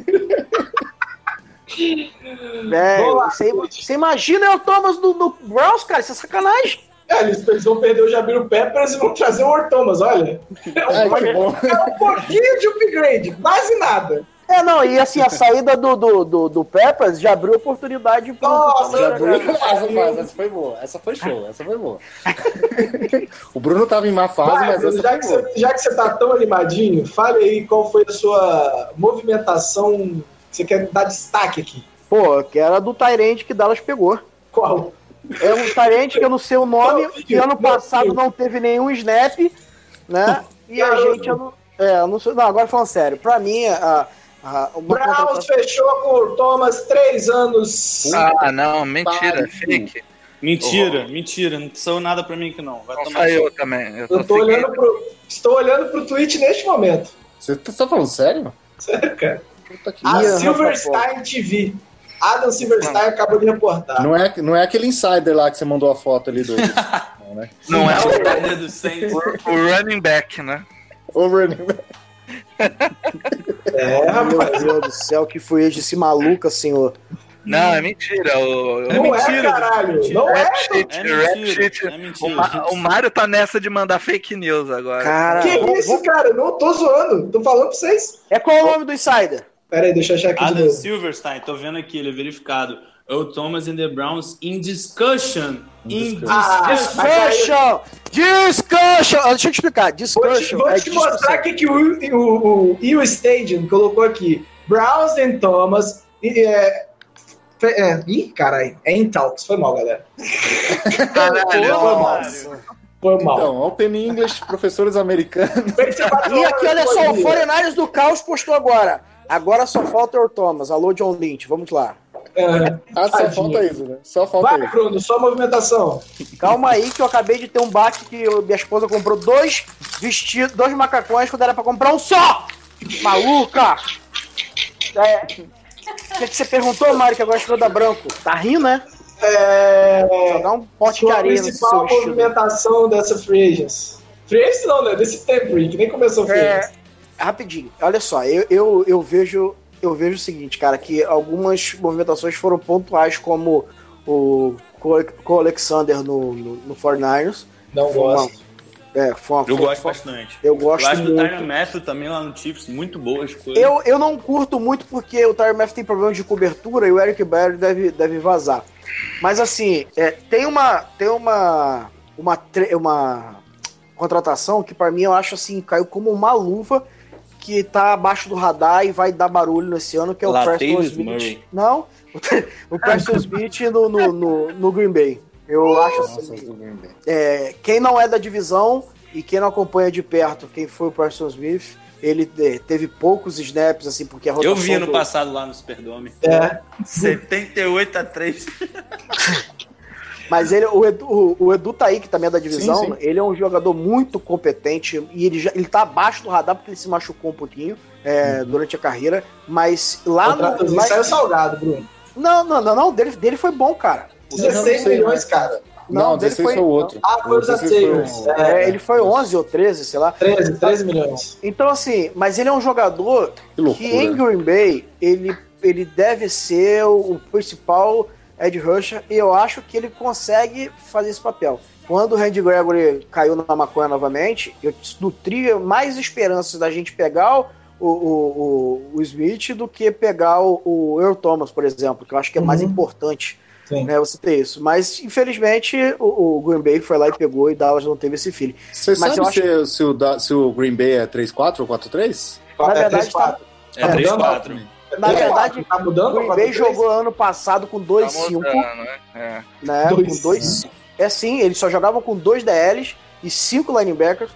Você imagina o Thomas do Browns, cara? Isso é sacanagem. Eles vão perder o Jabril Peppers e vão trazer o Earl Thomas, olha. É um pouquinho de upgrade, quase nada. E assim, a saída do Peppers já abriu oportunidade pro... Nossa, essa foi boa. Essa foi show, essa foi boa. O Bruno tava em má fase, mas essa foi boa. Já que você tá tão animadinho, fale aí qual foi a sua movimentação que você quer dar destaque aqui. Pô, que era do Tyrande que Dallas pegou. Qual? É um Tyrande que eu não sei o nome, que ano passado não teve nenhum snap, né? E a gente... não sei, agora falando sério, pra mim... Browns fechou com o Thomas 3 anos. Não, mentira, fake. Mentira, não saiu nada pra mim que não. Vai tomar eu também. Estou olhando pro tweet neste momento. Você tá falando sério? Sério, cara. Silverstein TV. Adam Silverstein acabou de reportar. Não é aquele insider lá que você mandou a foto ali do... né? Não é o do Saints. o running back, né? O running back. Meu Deus do céu, que foi esse maluco, senhor? Não, é mentira. Não mentira, é, caralho. mentira. Não é. É mentira. O Mário tá nessa de mandar fake news agora. Cara, Que isso, cara? Não tô zoando. Tô falando pra vocês. qual o nome do insider? Pera aí, deixa eu achar aqui de Adam novo. Silverstein, tô vendo aqui, ele é verificado. O Thomas and the Browns in discussion. Discussion! Discussion! Deixa eu te explicar. Discussion Vou te mostrar aqui que o Stadium colocou aqui. Browns and Thomas. Ih, caralho. É em talks. Foi mal, galera. Foi mal. Então, Open English, professores americanos. E aqui, olha só, o 49ers do Caos postou agora. Agora só falta o Thomas. Alô, John Lynch. Vamos lá. Só falta isso, né? Só falta Vai, isso. Bruno, só movimentação. Calma aí que eu acabei de ter um baque que minha esposa comprou 2 vestidos, 2 macacões quando era pra comprar um só! Maluca! O que você perguntou, Mário, que agora ficou da branco? Tá rindo, né? Jogar um pote de areia no seu principal vestido. movimentação dessa Free Agents. Free Agents não, né? Desse tempo, que nem começou o Free Agents. Rapidinho, olha só, eu vejo o seguinte, cara, que algumas movimentações foram pontuais, como o Cole Alexander no 49ers. Não gosto. Eu gosto bastante. Eu gosto acho que muito. o Tyrann Matthew também lá no Chiefs, muito boas coisas. Eu não curto muito porque o Tyrann Matthew tem problemas de cobertura e o Eric Berry deve vazar. Mas assim, tem uma contratação que pra mim eu acho assim, caiu como uma luva, que tá abaixo do radar e vai dar barulho nesse ano, que é o Preston Smith. Murray. Não, o Preston Smith no Green Bay. Eu acho assim, quem não é da divisão e quem não acompanha de perto quem foi o Preston Smith, ele teve poucos snaps, assim, porque a rotação... Eu vi ano passado lá no Superdome. 78-3. Mas o Edu tá aí, que também é da divisão, sim. Ele é um jogador muito competente e ele tá abaixo do radar porque ele se machucou um pouquinho durante a carreira, mas lá no... saiu salgado, Bruno. Não, dele foi bom, cara. 16 milhões, cara. Não, 16 foi o outro. Foi o 16. Ele foi 11 ou 13, sei lá. 13 milhões. Então, assim, mas ele é um jogador que em Green Bay, ele deve ser o principal edge rusher, e eu acho que ele consegue fazer esse papel. Quando o Randy Gregory caiu na maconha novamente, eu nutria mais esperanças da gente pegar o Smith do que pegar o Earl Thomas, por exemplo, que eu acho que é mais importante, né, você ter isso. Mas, infelizmente, o Green Bay foi lá e pegou, e Dallas não teve esse feeling. Você sabe se o Green Bay é 3-4 ou 4-3? Na verdade, 3-4. É 3-4. Na verdade, tá mudando, o Green Bay jogou ano passado com 2-5, né? Com 2-5. Sim, eles só jogavam com 2 DLs e 5 linebackers.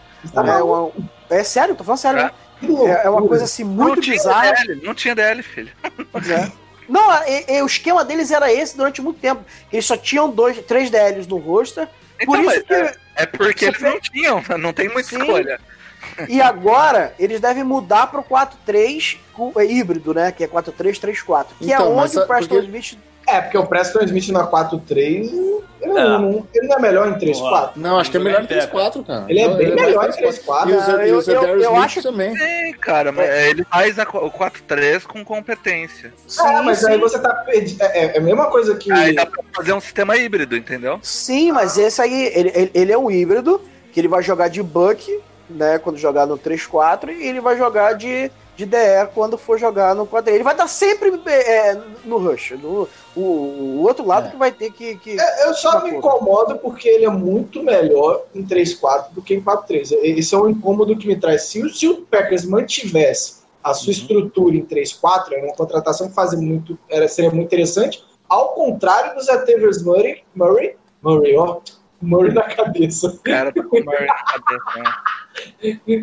É sério, tô falando sério, né? É uma coisa assim muito bizarra. Não tinha DL, filho. Não, o esquema deles era esse durante muito tempo. Eles só tinham 3 DLs no roster. Então, por isso é porque eles não tinham, não tem muita escolha. E agora, eles devem mudar pro 4-3 híbrido, né? Que é 4-3-3-4. Que então, é onde o Preston Smith... porque o Preston Smith na 4-3, ele não é melhor em 3-4. Não, acho que é melhor em 3-4, cara. Ele é bem melhor em 3-4. E o Zedarius Smith acho também. Sim, cara, mas ele faz o 4-3 com competência. Mas aí você tá perdido. É a mesma coisa que... Aí dá pra fazer um sistema híbrido, entendeu? Sim, mas esse aí, ele é um híbrido, que ele vai jogar de buck, né, quando jogar no 3-4, e ele vai jogar de DE quando for jogar no 4-3. Ele vai estar sempre no rush. O outro lado que vai ter que... eu só me incomodo porque ele é muito melhor em 3-4 do que em 4-3. Esse é um incômodo que me traz. Se o Packers mantivesse a sua estrutura em 3-4, é uma contratação que seria muito interessante. Ao contrário do Zetavius Murray, Murray na cabeça. O cara tá com o Murray na cabeça, né?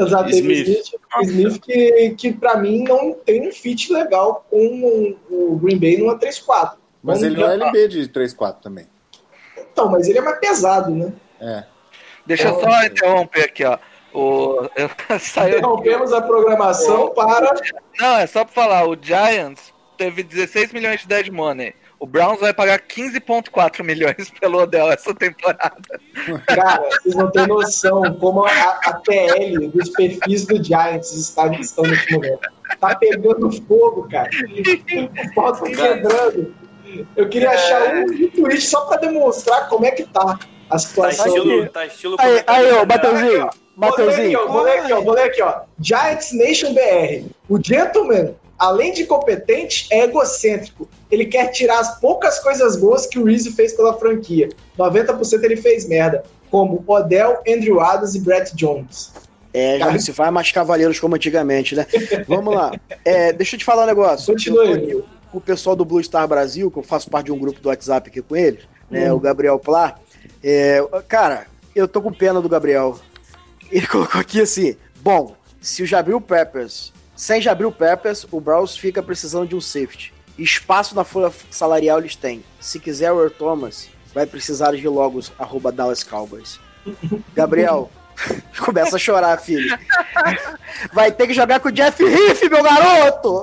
Smith que pra mim não tem um fit legal com o Green Bay numa 3-4. Mas ele não é LB de 3-4 também. Então, mas ele é mais pesado, né? Deixa eu só interromper aqui, ó. Interrompemos a programação para... Não, é só pra falar, o Giants teve 16 milhões de dead money. O Browns vai pagar 15,4 milhões pelo Odell essa temporada. Cara, vocês não têm noção como a PL dos perfis do Giants estão nesse momento. Tá pegando fogo, cara. O pau tá quebrando. Eu queria achar um tweet só pra demonstrar como é que tá a situação. Tá estilo aí, ô, Mateuzinho. Vou ler aqui, ó. Giants Nation BR. O gentleman, além de competente, é egocêntrico. Ele quer tirar as poucas coisas boas que o Rizzo fez pela franquia. 90% ele fez merda. Como Odell, Andrew Adams e Brett Jones. Já não se faz mais cavaleiros como antigamente, né? Vamos lá. Deixa eu te falar um negócio. Continua aí. O pessoal do Blue Star Brasil, que eu faço parte de um grupo do WhatsApp aqui com eles, né, o Gabriel Plá. Cara, eu tô com pena do Gabriel. Ele colocou aqui assim: bom, se o Jabril Peppers, sem Jabril Peppers, o Browns fica precisando de um safety. Espaço na folha salarial eles têm. Se quiser o Earl Thomas, vai precisar de logos @Dallas Cowboys. Gabriel, começa a chorar, filho. Vai ter que jogar com o Jeff Heath, meu garoto!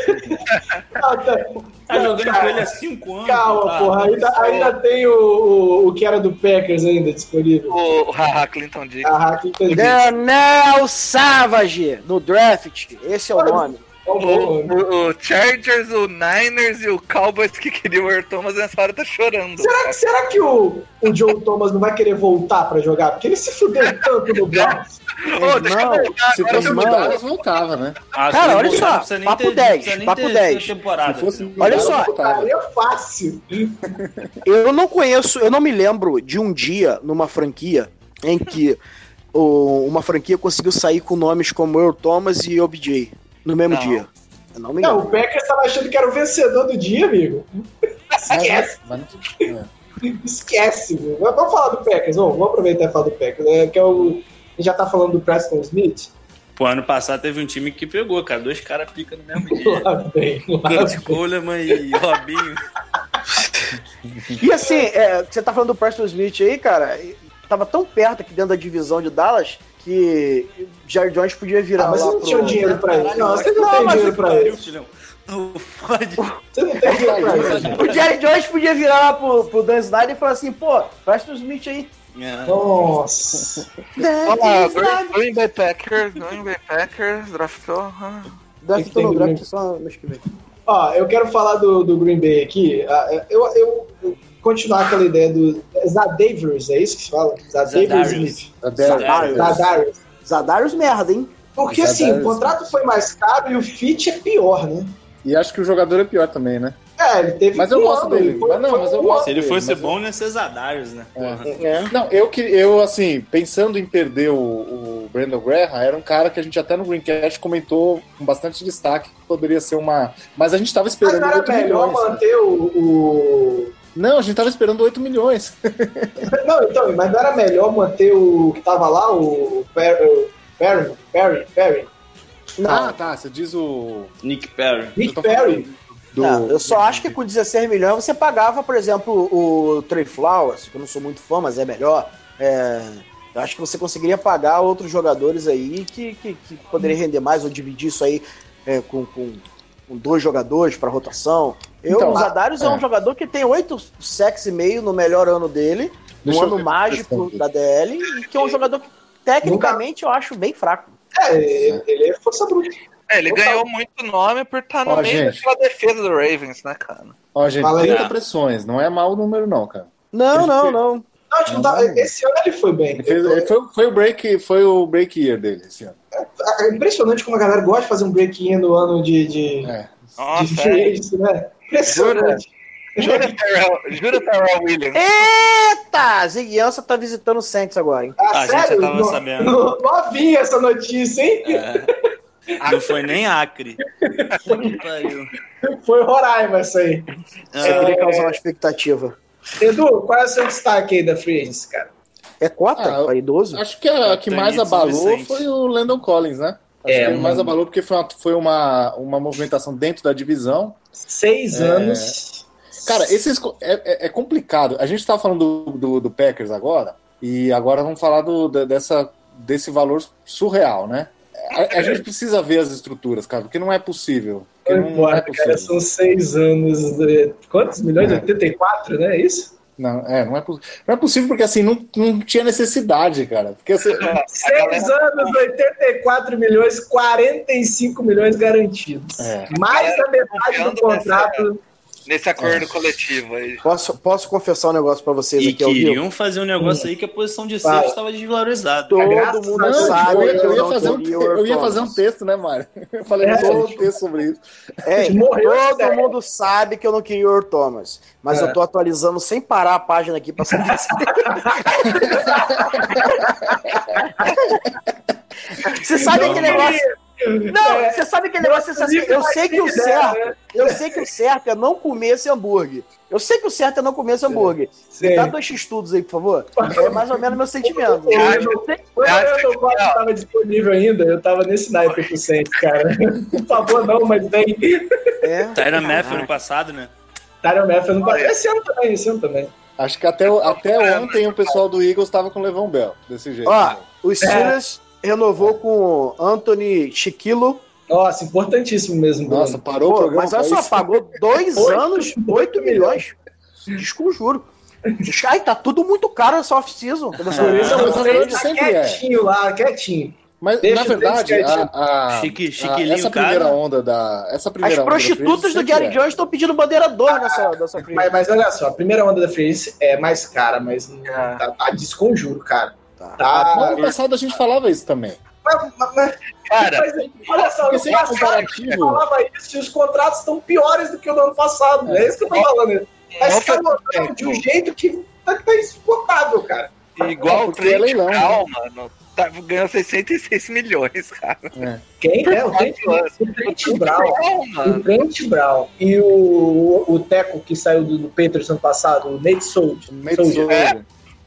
Tá jogando com ele há 5 anos. Calma, porra. Ainda tem o que era do Packers ainda disponível. O Haha Clinton Dix. Darnell Savage, no draft. Esse é o nome. O Chargers, o Niners e o Cowboys que queriam o Earl Thomas nessa hora tá chorando. Será que o Joe Thomas não vai querer voltar pra jogar? Porque ele se fudeu tanto no Browns. Se fosse no Dallas, voltava, né? Cara, olha só, papo 10. Olha só, é fácil. Eu não me lembro de um dia numa franquia em que uma franquia conseguiu sair com nomes como Earl Thomas e OBJ. No mesmo dia. Eu não me lembro. Não, o Packers tava achando que era o vencedor do dia, amigo. Esquece. Esquece, meu. Vamos falar do Packers. Vamos aproveitar e falar do Packers. A gente já tá falando do Preston Smith. Pô, ano passado teve um time que pegou, cara. 2 caras pica no mesmo dia. Kurt Coleman e Robinho. E assim, você tá falando do Preston Smith aí, cara. Tava tão perto aqui dentro da divisão de Dallas que Jared Jones podia virar lá pro... Mas você não tinha dinheiro pra ele. Não, você não tem dinheiro pra ele. Não pode. Você não tem dinheiro pra ele. O Jared Jones podia virar lá pro Dan Snyder e falar assim, pô, Preston Smith aí. Nossa. Green Bay Packers, draftou. Draftou no draft só mês que vem. Ó, eu quero falar do Green Bay aqui. Eu continuar aquela ideia do Zadarius, é isso que se fala? Zadarius merda, hein? Porque assim, o contrato foi mais caro e o fit é pior, né? E acho que o jogador é pior também, né? Ele teve. Mas eu gosto dele. Se ele fosse bom, não ia ser Zadarius, né? Não, eu assim, pensando em perder o Brandon Graham, era um cara que a gente até no Greencast comentou com bastante destaque que poderia ser uma. Mas a gente tava esperando. Mas não era melhor manter Não, a gente tava esperando 8 milhões. Não, então, mas não era melhor manter o que tava lá, o Perry? Não. Tá, você diz o... Nick Perry. Não, eu só acho que com 16 milhões você pagava, por exemplo, o Trey Flowers, que eu não sou muito fã, mas é melhor. Eu acho que você conseguiria pagar outros jogadores aí que poderiam render mais ou dividir isso aí com 2 jogadores para rotação. O Zadarius é um jogador que tem 8 sacks e meio no melhor ano dele, no ano mágico da DL, e que é um jogador que, tecnicamente, eu acho bem fraco. Ele é força bruta. Ele ganhou muito nome por estar no meio daquela defesa do Ravens, né, cara? Ó, gente, 30 pressões, não é mau número não, cara. Não. Esse ano ele foi bem. Foi o break year dele esse ano. É impressionante como a galera gosta de fazer um break year no ano de free, né? Impressionante. Jura Terrell Williams. Eita! Ziguiança tá visitando o Saints agora, hein? A gente já tava sabendo. Novinha essa notícia, hein? Não foi nem Acre. Foi Roraima essa aí. Você queria causar uma expectativa. Edu, qual é o seu destaque aí da Free Agency, cara? É cota? É idoso? Acho que a que mais abalou foi o Landon Collins, né? Acho que mais abalou porque foi uma movimentação dentro da divisão. 6 anos. Cara, é complicado. A gente tava falando do Packers agora, e agora vamos falar desse valor surreal, né? A gente precisa ver as estruturas, cara, porque não é possível. Porque não é possível. Cara, são 6 anos. Quantos milhões? 84, né? É isso? Não é possível porque assim, não tinha necessidade, cara. Porque, assim, 6 anos, 84 milhões, 45 milhões garantidos. Mais da metade do contrato. Nesse acordo coletivo aí. Posso confessar um negócio pra vocês aqui ao vivo? Queriam fazer um negócio aí que a posição de safety estava desvalorizada. Todo mundo sabe eu ia fazer um texto, né, Mário? Eu falei todo um texto sobre isso. Todo mundo sabe que eu não queria o Earl Thomas. Mas eu tô atualizando sem parar a página aqui pra saber se... Você sabe aquele negócio... Não, você sabe aquele negócio assim, eu sei que o certo é não comer esse hambúrguer. Eu sei que o certo é não comer esse hambúrguer. Me dá 2 estudos aí, por favor. É mais ou menos meu sentimento. Quando eu não estava disponível ainda, eu tava nesse naipe que sente, cara. Por favor, não, mas tem. Tyrann Mathieu ano passado, né? Tyrann Mathieu ano passado. Esse ano também. Acho que até ontem o pessoal do Eagles estava com o Levon Bell, desse jeito. Ó, os Steelers renovou com Anthony Chiquilo. Nossa, importantíssimo mesmo. Nossa, parou o programa. Mas olha só, pagou 2 anos, 8 milhões. Desconjuro. Ai, tá tudo muito caro essa off-season. Tá quietinho lá, quietinho. Mas, na verdade, essa primeira onda As prostitutas do Jerry Jones estão pedindo bandeira d'or dessa free. Mas olha só, a primeira onda da free é mais cara, mas tá desconjuro, cara. No ano passado a gente falava isso também. Cara, olha só, no passado eu falava isso e os contratos estão piores do que o do ano passado. É isso que eu tô falando. Mas escalonando de um jeito que tá insuportável, cara. Igual o Trent Brown, mano. Ganhou 66 milhões, cara. Quem? O Trent Brown. E o Teco que saiu do Patriots ano passado, o Nate Soldier.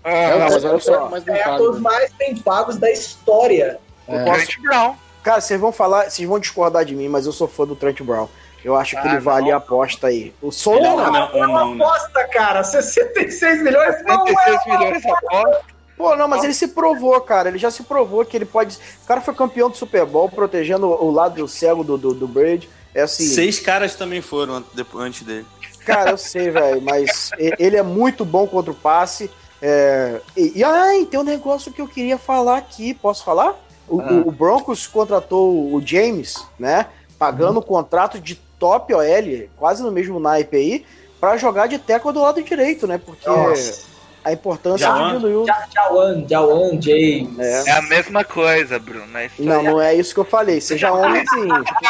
Os mais bem pagos da história. Trent Brown. Cara, vocês vão discordar de mim, mas eu sou fã do Trent Brown. Eu acho que ele vale a aposta aí. O Sol é uma aposta, cara. 66 milhões não 66 milhões a aposta. Pô, não, mas ele se provou, cara. Ele já se provou que ele pode... O cara foi campeão do Super Bowl, protegendo o lado cego do Brady. É assim... 6 caras também foram antes dele. Cara, eu sei, velho, mas ele é muito bom contra o passe. Tem um negócio que eu queria falar aqui. Posso falar? O Broncos contratou o James, né? Pagando um contrato de top OL, quase no mesmo naipe aí, pra jogar de tackle do lado direito, né? Porque a importância diminuiu. Jawan, James. É a mesma coisa, Bruno. Não é isso que eu falei. Seja homem, sim.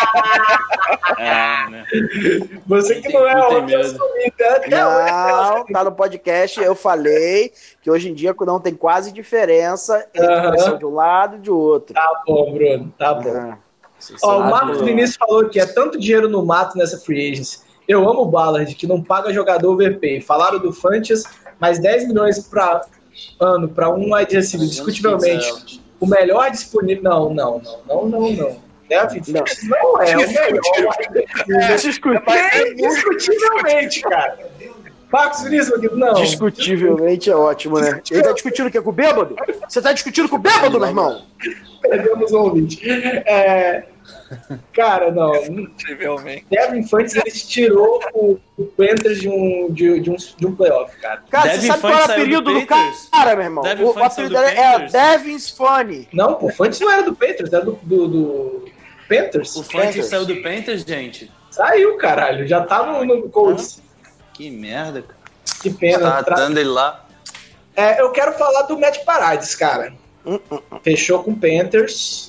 Né? Você que não é homem, eu sou Não, tá no podcast. Eu falei que hoje em dia não tem quase diferença entre de um lado e de outro. Tá bom, Bruno. Tá bom. O Marcos Vinícius falou que é tanto dinheiro no mato nessa free agency. Eu amo o Ballard, que não paga jogador overpay. Falaram do Funches, mais 10 milhões para ano para um wide receiver, discutivelmente. O melhor disponível... Não. Devin Funches não é o melhor. Discutivelmente, cara. Marcos Vinícius, não. Discutivelmente é ótimo, né? Ele tá discutindo o quê? Com o bêbado? Você tá discutindo com o bêbado, meu irmão? Perdemos o ouvinte. Cara, não. Devin Funches, ele tirou o Panthers de um playoff, cara. Cara, você sabe qual é o apelido do cara, meu irmão? O apelido dele é Devin's Funny. Não, o Funches não era do Patriots, era do Panthers. O Funches saiu do Panthers, gente? Saiu, caralho. Já tá no Colts. Que merda, cara. Que pena. Tá tratando ele lá. Eu quero falar do Matt Paradis, cara. Fechou com o Panthers.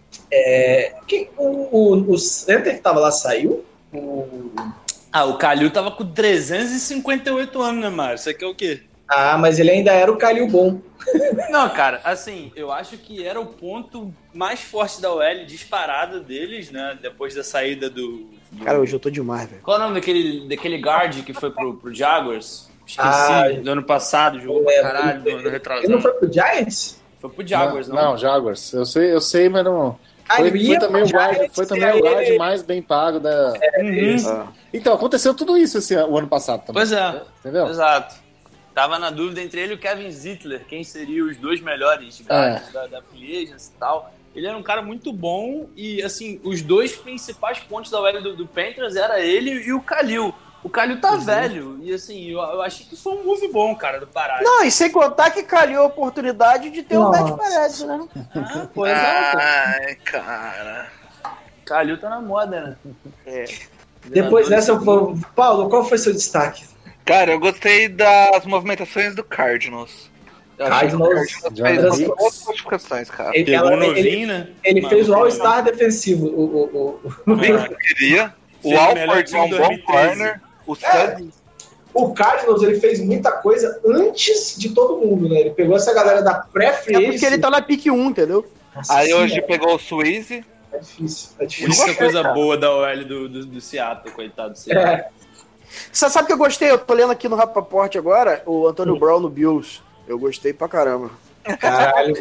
O center que tava lá saiu? O Kalil tava com 358 anos, né, Mário? Isso aqui é o quê? Mas ele ainda era o Kalil bom. Não, cara, assim, eu acho que era o ponto mais forte da OL disparado deles, né? Depois da saída do... Cara, hoje eu tô demais, velho. Qual é o nome daquele guard que foi pro Jaguars? Esqueci, do ano passado, jogou pra caralho, do ano retrasado. Ele não foi pro Giants? Foi pro Jaguars, não? Não, Jaguars. Eu sei, mas não... Foi também o guard mais bem pago da... Então, aconteceu tudo isso o ano passado também. Pois é. Entendeu? Exato. Tava na dúvida entre ele e o Kevin Zittler, quem seriam os dois melhores guards da free agency e tal. ele era um cara muito bom e, assim, os dois principais pontos da OL do Panthers era ele e o Khalil. O Khalil tá velho e, assim, eu achei que foi um move bom, cara, do Pará. Não, e sem contar que calhou a oportunidade de ter o Matt Paredes, né? Pô, exato. Ai, cara. Khalil tá na moda, né? Depois dessa, Paulo, qual foi seu destaque? Cara, eu gostei das movimentações do Cardinals. Cardinals fez boas modificações, cara. Ele fez o All-Star defensivo. Eu queria. O Alford é um bom corner. O Suggs. O Cardinals, ele fez muita coisa antes de todo mundo, né? Ele pegou essa galera da pré-free. É porque ele tá na pick 1, entendeu? Nossa, aí hoje pegou o Sweezy. É difícil. Muita coisa boa da OL do Seattle, coitado do Seattle. Você sabe que eu gostei? Eu tô lendo aqui no Rapaport agora, o Antônio Brown no Bills. Eu gostei pra caramba. Caralho.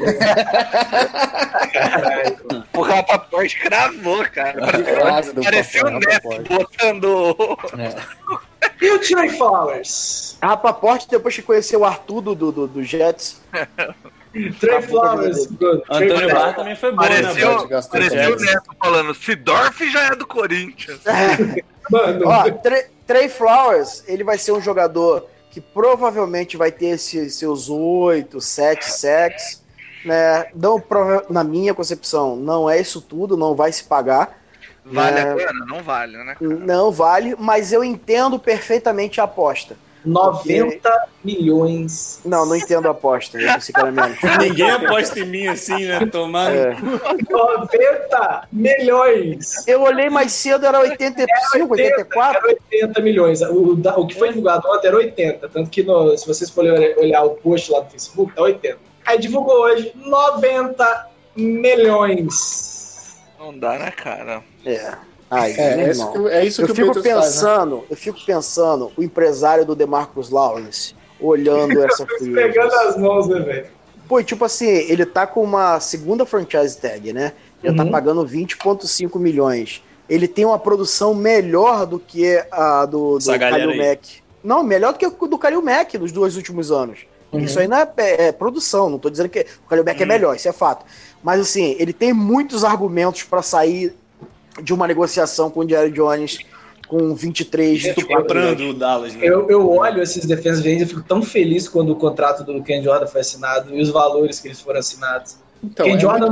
O Rapaport cravou, cara. Parecia o Neto botando... E o Trey Flowers? Rapaport, depois que conheceu o Arthur do Jets. Trey Flowers. Antônio Barr também foi bom, parecia né? o Neto falando, Sidorf já é do Corinthians. Mano. Ó, Trey Flowers, ele vai ser um jogador que provavelmente vai ter seus 8, 7 sacks, né? Não, na minha concepção, não é isso tudo, não vai se pagar. Vale a pena? Não vale, né, cara? Não vale, mas eu entendo perfeitamente a aposta. 90 milhões. Não entendo a aposta. Eu pensei que era menos. Ninguém aposta em mim assim, né? Tomando. 90 milhões. Eu olhei mais cedo, era 85, 84? Era 80 milhões. O que foi divulgado ontem era 80. Tanto que se vocês forem olhar o post lá do Facebook, tá 80. Aí divulgou hoje 90 milhões. Não dá, né, cara? É isso que o fico Peters pensando, faz, né? Eu fico pensando, o empresário do DeMarcus Lawrence, olhando essa free pegando as mãos, né, velho? Pô, tipo assim, ele tá com uma segunda franchise tag, né? Ele tá pagando 20,5 milhões. Ele tem uma produção melhor do que a do Khalil Mack. Não, melhor do que o do Khalil Mack nos 2 últimos anos. Isso aí não é produção, não tô dizendo que o Khalil Mack é melhor, isso é fato. Mas assim, ele tem muitos argumentos pra sair de uma negociação com o Jerry Jones com 23 de comprando o Dallas, né? Eu olho esses defensive ends e fico tão feliz quando o contrato do Ken Jordan foi assinado e os valores que eles foram assinados. Então, Ken Jordan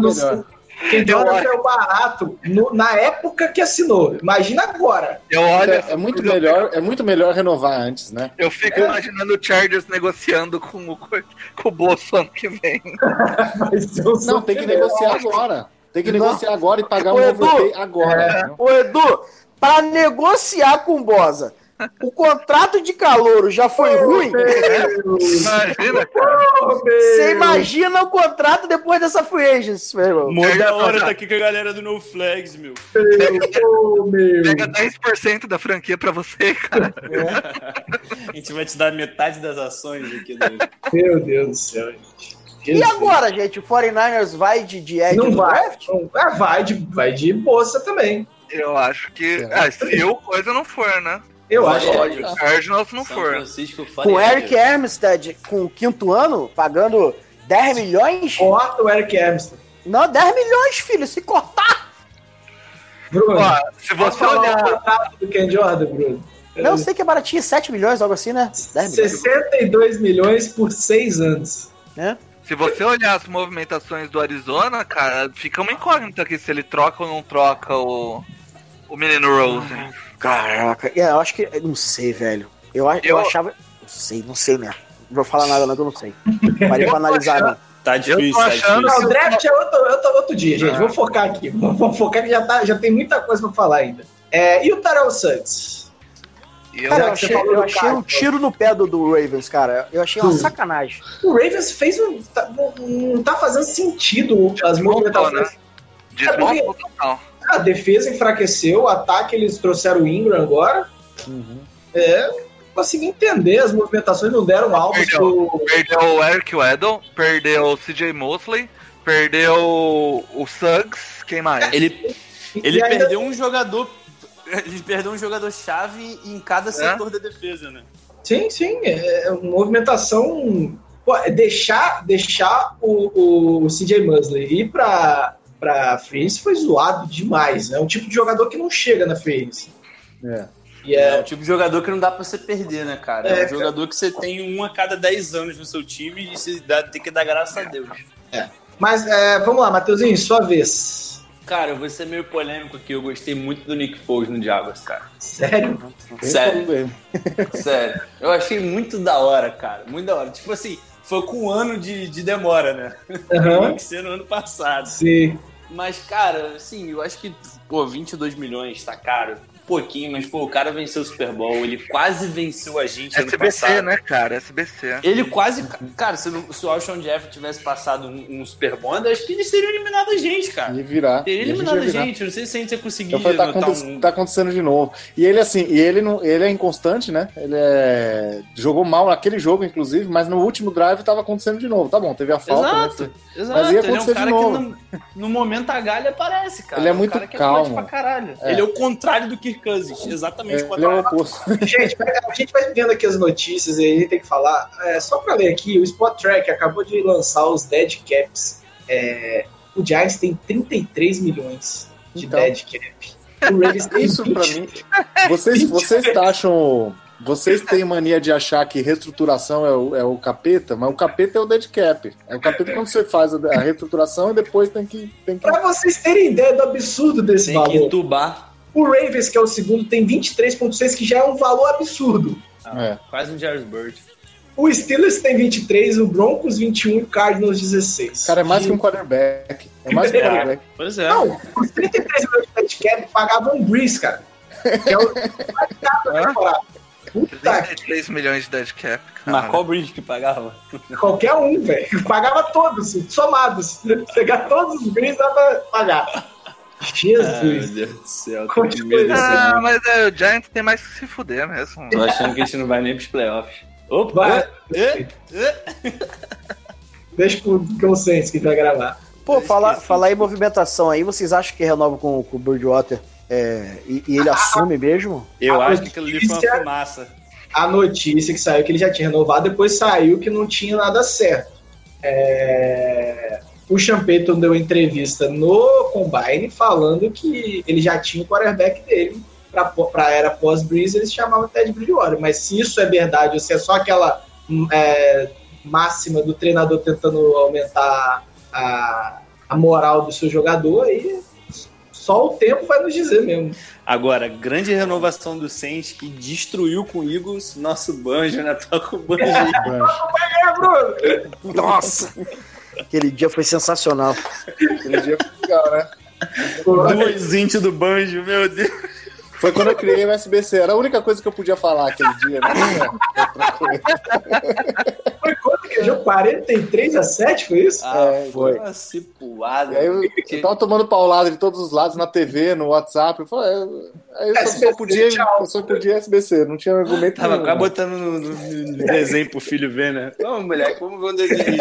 foi barato na época que assinou. Imagina agora. Eu olho, é muito melhor renovar antes, né? Eu fico imaginando o Chargers negociando com o Bolso ano que vem. Não, tem que negociar agora. Tem que negociar agora e pagar um overpay agora. Ô, Edu, para negociar com o Bosa, o contrato de calouro já foi ruim? Imagina, cara. Você imagina o contrato depois dessa free agency, meu irmão. Mó da hora tá aqui com a galera do No Flags, meu. Pega 10% da franquia pra você, cara. A gente vai te dar metade das ações aqui. Meu Deus do céu, gente. E agora, gente? O 49ers vai de Edge no draft? Vai de bolsa também. Eu acho que... se o coisa não for, né? Eu acho que o Cardinals não for. Com o Eric Armstead, com o 5º ano, pagando 10 milhões? Corta o Eric Armstead. Não, 10 milhões, filho, se cortar. Bruno, se você olhar o contrato do Ken Jordan, Bruno. Não, eu sei que é baratinho, 7 milhões, algo assim, né? 10 milhões. 62 milhões por 6 anos. Né? Se você olhar as movimentações do Arizona, cara, fica uma incógnita aqui se ele troca ou não troca o menino Rose. Caraca, eu acho que... Não sei, velho. Eu achava... Não sei mesmo. Não vou falar nada, não, que eu não sei. Parei pra analisar, não. Tá difícil, eu tô achando... tá difícil. O draft é outro dia, gente. Vou focar aqui. Vamos focar que já tem muita coisa pra falar ainda. E o Terrell Suggs? Cara, eu achei um tiro no pé do Ravens, cara. Eu achei uma sacanagem. O Ravens fez não tá fazendo sentido as movimentações. Desmontou total. A defesa enfraqueceu, o ataque eles trouxeram o Ingram agora. Consegui entender, as movimentações não deram alvos. Perdeu o Eric Weddle, perdeu o CJ Mosley, perdeu o Suggs, quem mais? Ele perdeu um jogador. Ele perdeu um jogador-chave em cada setor da defesa, né? Sim. É uma movimentação. Pô, deixar o CJ Mosley ir pra pra free agency foi zoado demais, né? É um tipo de jogador que não chega na free agency. É o tipo de jogador que não dá pra você perder, né, cara? É um jogador que você tem um a cada 10 anos no seu time e você tem que dar graças a Deus. Mas vamos lá, Matheusinho, sua vez. Cara, eu vou ser meio polêmico aqui. Eu gostei muito do Nick Foles no Jaguars, cara. Sério? Sério. Eu achei muito da hora, cara. Muito da hora. Tipo assim, foi com um ano de demora, né? Tinha que ser no ano passado. Sim. Mas, cara, assim, eu acho que, 22 milhões tá caro. Pouquinho, mas, o cara venceu o Super Bowl, ele quase venceu a gente ano passado. SBC, né, cara? SBC. Ele quase... Cara, se o Alshon Jeffrey tivesse passado um Super Bowl, acho que eles teriam eliminado a gente, cara. Ia virar. Teria eliminado a gente, não sei se a gente ia conseguir tá acontecendo de novo. E ele, assim, ele é inconstante, né? Ele jogou mal naquele jogo, inclusive, mas no último drive tava acontecendo de novo. Tá bom, teve a falta. Exato. Mas ia acontecer ele é um cara de novo. que no momento H ele aparece, cara. Ele é muito cara que calmo. Pra caralho. Ele é o contrário do Kirk Cousins, exatamente o Ele é o contrário. oposto. Gente, a gente vai vendo aqui as notícias e a gente tem que falar. Só pra ler aqui, o Spot Track acabou de lançar os dead caps. O Giants tem 33 milhões de dead cap. O Ravens tem Isso 20. pra mim. Vocês acham. Vocês têm mania de achar que reestruturação é o capeta, mas o capeta é o dead cap. É o capeta quando você faz a reestruturação e depois tem que... Pra vocês terem ideia do absurdo desse valor. Tem que entubar. O Ravens, que é o segundo, tem 23,6, que já é um valor absurdo. Quase um Jairus Bird. O Steelers tem 23, o Broncos 21 e o Cardinals 16. Cara, é mais que um quarterback. É mais que um quarterback. Pois é. Não, os 33 milhões de dead cap pagavam um Breeze, cara. Que é o mais caro da temporada. Puta 33 milhões de dead cap, cara. Mas qual Bridge que pagava? Qualquer um, velho. Pagava todos, somados. Pegar todos os Breeze dá pra pagar. Jesus. Meu Deus do céu. Tô com medo desse mas o Giants tem mais que se fuder mesmo. Tô achando que a gente não vai nem pros playoffs. Opa! Deixa pro Saints que vai gravar. Pô, falar em movimentação aí, vocês acham que renova com o Bridgewater e ele assume mesmo? Eu acho que aquilo ali foi uma fumaça. A notícia que saiu que ele já tinha renovado, depois saiu que não tinha nada certo. O Sean Payton deu entrevista no Combine falando que ele já tinha o quarterback dele. Pra era pós-Breeze, eles chamavam Ted Bridgewater. Mas se isso é verdade ou se é só aquela máxima do treinador tentando aumentar a moral do seu jogador, aí só o tempo vai nos dizer mesmo. Agora, grande renovação do Saints que destruiu com o Eagles nosso banjo, né? Toca o banjo aí. Bruno! Nossa! Aquele dia foi sensacional. Aquele dia foi legal, né? 2 inch do banjo, meu Deus. Foi quando eu criei o SBC. Era a única coisa que eu podia falar aquele dia, né? Outra coisa. Foi quanto que jogo? 43-7, foi isso? Foi. Uma cipuada. E aí eu tava tomando paulada de todos os lados, na TV, no WhatsApp. Eu falei, aí eu só podia SBC, não tinha argumento Tava nenhum. quase botando no desenho pro filho ver, né? Vamos, moleque, vamos ver um desenho.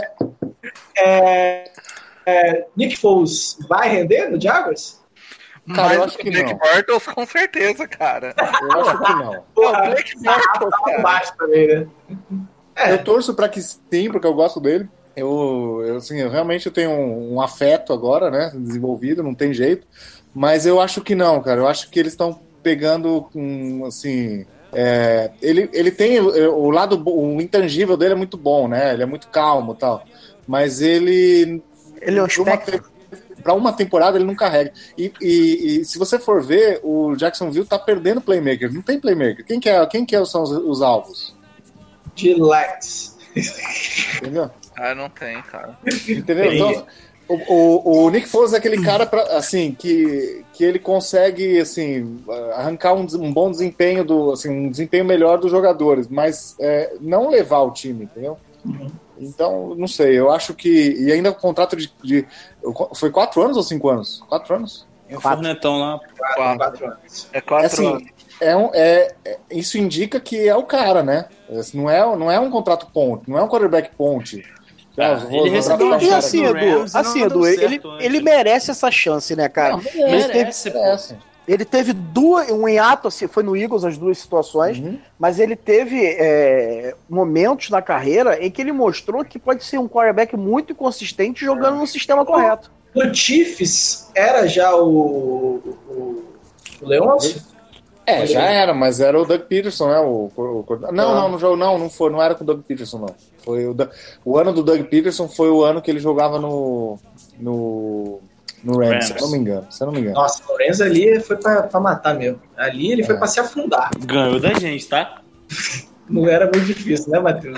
Nick Foles vai render no Jaguars? Cara, eu acho que Blake não. Bortles, com certeza, cara. Eu acho que não. Porra, o Blake Bortles, tá cara. baixo também, né? Eu torço pra que sim, porque eu gosto dele. Eu realmente tenho um afeto agora, né? Desenvolvido, não tem jeito. Mas eu acho que não, cara. Eu acho que eles estão pegando, assim... ele tem o lado... O intangível dele é muito bom, né? Ele é muito calmo e tal. Mas ele é um espectro. Para uma temporada ele não carrega. E se você for ver, o Jacksonville tá perdendo playmaker. Não tem playmaker. Quem que são os alvos? De Lex. Entendeu? Não tem, cara. Entendeu? Então, o Nick Foles é aquele cara assim, que ele consegue assim, arrancar um bom desempenho, um desempenho melhor dos jogadores, mas não levar o time, entendeu? Uhum. Então, não sei, eu acho que... E ainda o contrato de foi 4 anos ou 5 anos? 4 anos? É o Fornetão lá. 4 anos. É 4 assim, anos. Isso indica que é o cara, né? Não é um contrato ponte, não é um quarterback ponte. Ele recebeu uma chance Edu, ele merece essa chance, né, cara? Merece, pô. Ele teve um hiato, assim, foi no Eagles as duas situações, mas ele teve momentos na carreira em que ele mostrou que pode ser um quarterback muito inconsistente jogando no sistema correto. No Chiefs era já o Leôncio? Já era, mas era o Doug Peterson, né? No jogo não foi, não era com o Doug Peterson, não. Foi o ano do Doug Peterson foi o ano que ele jogava no Rams, se eu não me engano. Nossa, o Lorenzo ali foi pra matar mesmo. Ali ele foi pra se afundar. Ganhou da gente, tá? Não era muito difícil, né, Matheus?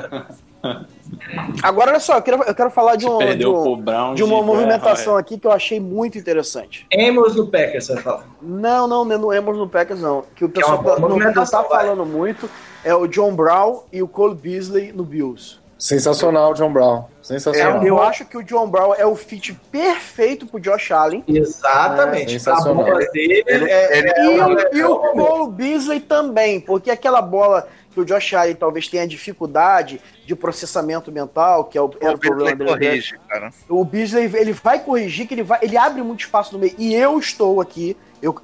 Agora, olha só, eu quero falar de uma movimentação aqui que eu achei muito interessante. Amos no Packers, você vai falar? Não é no Amos no Packers, não. Que o pessoal não tá falando muito é o John Brown e o Cole Beasley no Bills. Sensacional, John Brown. Sensacional. Eu acho que o John Brown é o fit perfeito pro Josh Allen. Exatamente. Sensacional. E o Cole Beasley também, porque aquela bola que o Josh Allen talvez tenha dificuldade de processamento mental, que era o problema dele. Corrige, cara. O Beasley, ele vai corrigir, que ele abre muito espaço no meio. E eu estou aqui,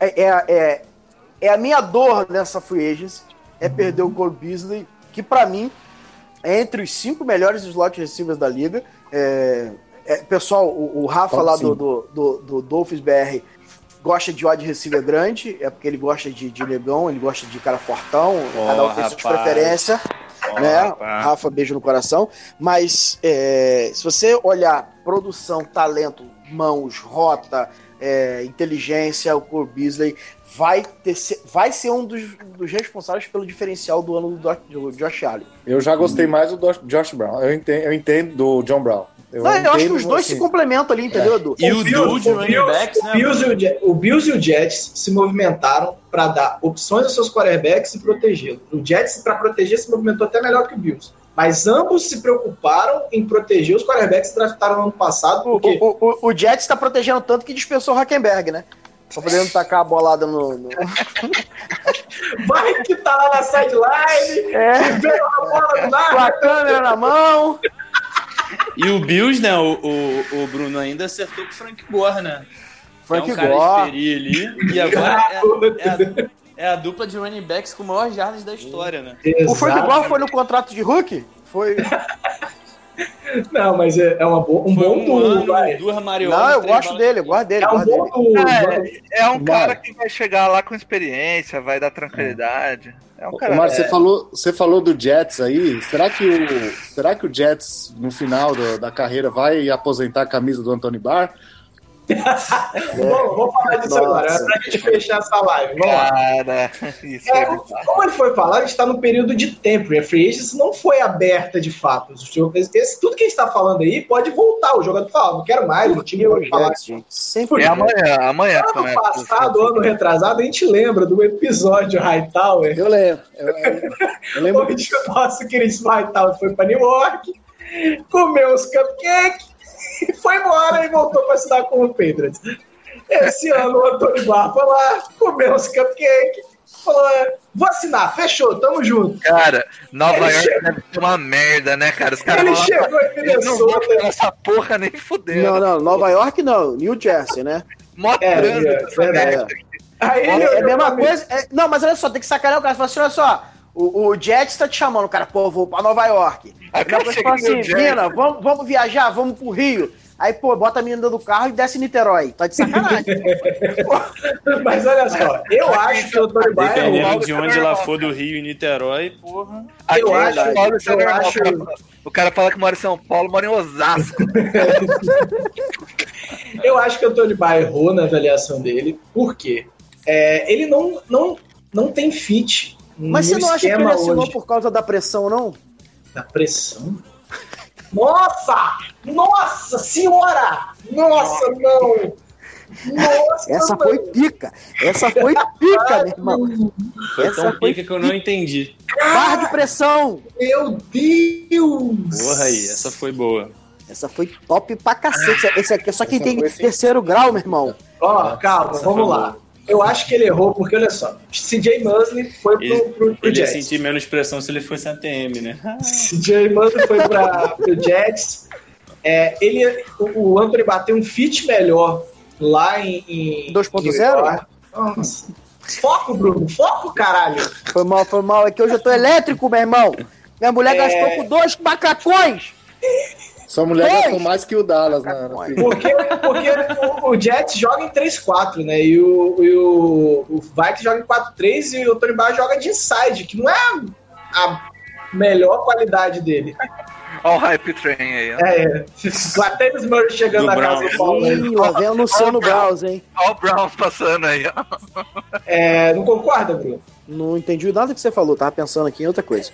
é a minha dor nessa free agency, é perder o Cole Beasley, que pra mim é entre os 5 melhores slot receivers da liga. Pessoal, o Rafa lá do Dolphins BR gosta de wide receiver grande, é porque ele gosta de negão, ele gosta de cara fortão, cada um tem sua preferência, né? Rafa, beijo no coração. Mas se você olhar produção, talento, mãos, rota, inteligência, o Cole Beasley vai ser um dos responsáveis pelo diferencial do ano do Josh Allen. Eu já gostei mais do Josh Brown. Eu entendo do John Brown. Eu acho que os dois se complementam ali, entendeu, Edu? E o running backs, né? O Bills e o Jets se movimentaram para dar opções aos seus quarterbacks e protegê-los. O Jets, para proteger, se movimentou até melhor que o Bills. Mas ambos se preocuparam em proteger os quarterbacks que draftaram no ano passado. Porque... O Jets está protegendo tanto que dispensou o Hackenberg, né? Pra poder não tacar a bolada no... Vai que tá lá na sideline, veio a bola do nada. Com a câmera na mão. E o Bills, né? O Bruno ainda acertou com o Frank Gore, né? Frank Gore. Ali. E agora é a dupla de running backs com maior jardas da história, né? O Frank Gore foi no contrato de Hulk? Foi... Não, mas é um bom duo, vai. Não, eu gosto dele. É um cara que vai chegar lá com experiência, vai dar tranquilidade. É um cara. Mas você falou do Jets aí. Será que o Jets, no final da carreira, vai aposentar a camisa do Anthony Barr? Vou falar disso agora, pra gente fechar essa live. Vamos lá. Como ele foi falar, a gente está no período de tempo. A free agency não foi aberta de fato. Tudo que a gente está falando aí pode voltar. O jogador fala, não quero mais, o time pode falar. Sempre amanhã. Ano passado, ano retrasado, a gente lembra do episódio Hightower. Eu lembro. Onde o nosso querido Hightower foi para New York, comeu os cupcakes, foi embora e voltou para estudar com o Patriots. Esse ano o Antônio Barra foi lá, comeu uns cupcakes, falou, vou assinar, fechou, tamo junto. Cara, Nova York deve ser uma merda, né, cara? Os caras ele chegou em Minnesota. Essa porra nem fudeu. Não, Nova York não, New Jersey, né? Mó trânsito essa merda. É a mesma coisa. Não, mas olha só, tem que sacanear o cara. Você fala assim, olha só, o Jets tá te chamando, cara, pô, vou pra Nova York. Aí você fala assim, Vina, vamos viajar, vamos pro Rio. Aí, pô, bota a menina dentro do carro e desce em Niterói. Tá de sacanagem. Mas olha só, eu acho que o Antônio Barra... Dependendo de onde ela for do Rio e Niterói, porra... O cara fala que mora em São Paulo, mora em Osasco. Eu acho que o Antônio Barra errou na avaliação dele. Por quê? Ele não tem fit. Mas você não acha que ele assinou por causa da pressão, não? Da pressão? Nossa senhora! Nossa, não! Nossa, essa não. Foi pica! Essa foi pica, meu irmão! Foi tão pica que eu não entendi. Barra de pressão! Meu Deus! Porra aí, essa foi boa. Essa foi top pra cacete. Esse aqui é só quem tem terceiro grau, meu irmão. Calma, vamos lá. Eu acho que ele errou, porque olha só, CJ Mosley foi pro Jets. Ele ia sentir menos pressão se ele fosse ATM, né? CJ Mosley foi pro Jets. O Anthony bateu um fit melhor lá em 2.0? Nossa. Foco, Bruno. Foco, caralho. Foi mal. É que hoje eu tô elétrico, meu irmão. Minha mulher gastou com 2 macacões. Sua mulher gastou mais que o Dallas, né? Porque o Jets joga em 3-4, né? E o Vikings joga em 4-3 e o Tony Barr joga de inside, que não é a melhor qualidade dele. Olha o hype train aí. Latavius Murray chegando na casa do Paulo. Ih, lá vem anunciando o Browns, hein? Olha o Browns passando aí, ó. Não concorda, Bruno? Não entendi nada que você falou, tava pensando aqui em outra coisa.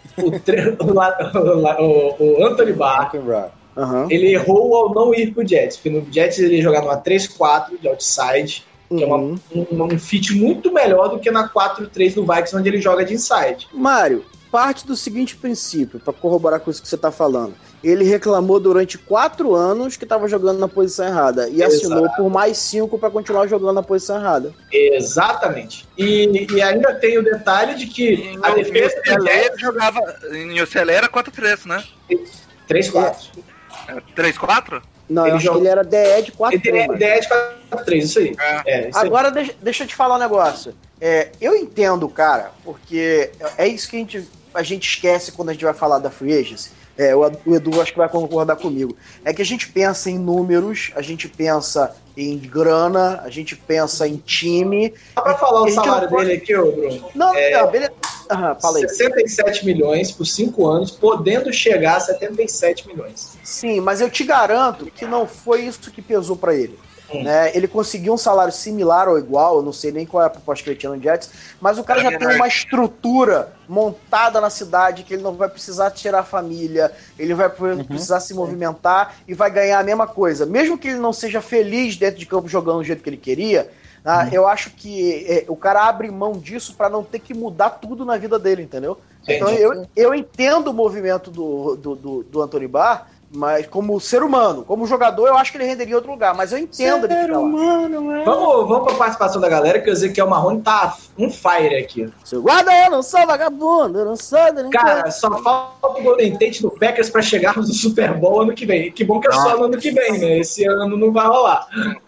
O Anthony Barr, ele errou ao não ir pro Jets, porque no Jets ele ia jogar numa 3-4 de outside, que é um fit muito melhor do que na 4-3 do Vikings, onde ele joga de inside. Mário, parte do seguinte princípio, para corroborar com isso que você tá falando. Ele reclamou durante 4 anos que estava jogando na posição errada e assinou por mais 5 para continuar jogando na posição errada. Exatamente. E ainda tem o detalhe de que a defesa do Jets jogava em UCLA era 4-3, né? 3-4. 3-4? Não, eu acho que ele era DE de 4-3. DE de 4-3, isso aí. Isso agora aí. Deixa eu te falar um negócio. Eu entendo, cara, porque é isso que a gente esquece quando a gente vai falar da Free Agency. O Edu acho que vai concordar comigo. É que a gente pensa em números, a gente pensa em grana, a gente pensa em time. Dá pra falar o salário dele aqui, ô Bruno? Não, beleza. Fala aí. 67 milhões por 5 anos, podendo chegar a 77 milhões. Sim, mas eu te garanto que não foi isso que pesou pra ele. Né? Ele conseguiu um salário similar ou igual, eu não sei nem qual é a proposta que ele tinha no Jets, mas o cara já tem uma estrutura montada na cidade que ele não vai precisar tirar a família, ele vai precisar se movimentar e vai ganhar a mesma coisa. Mesmo que ele não seja feliz dentro de campo jogando do jeito que ele queria, eu acho que o cara abre mão disso para não ter que mudar tudo na vida dele, entendeu? Então eu entendo o movimento do Anthony Barr, mas como ser humano, como jogador, eu acho que ele renderia em outro lugar, mas eu entendo ele ficar lá. Vamos pra participação da galera, que o Ezequiel Marrone tá on fire aqui. Seu guarda, eu não sou vagabundo, eu não sou... Cara, só falta o Golden Tate no Packers pra chegarmos no Super Bowl ano que vem. Que bom que é só no ano que vem, né? Esse ano não vai rolar.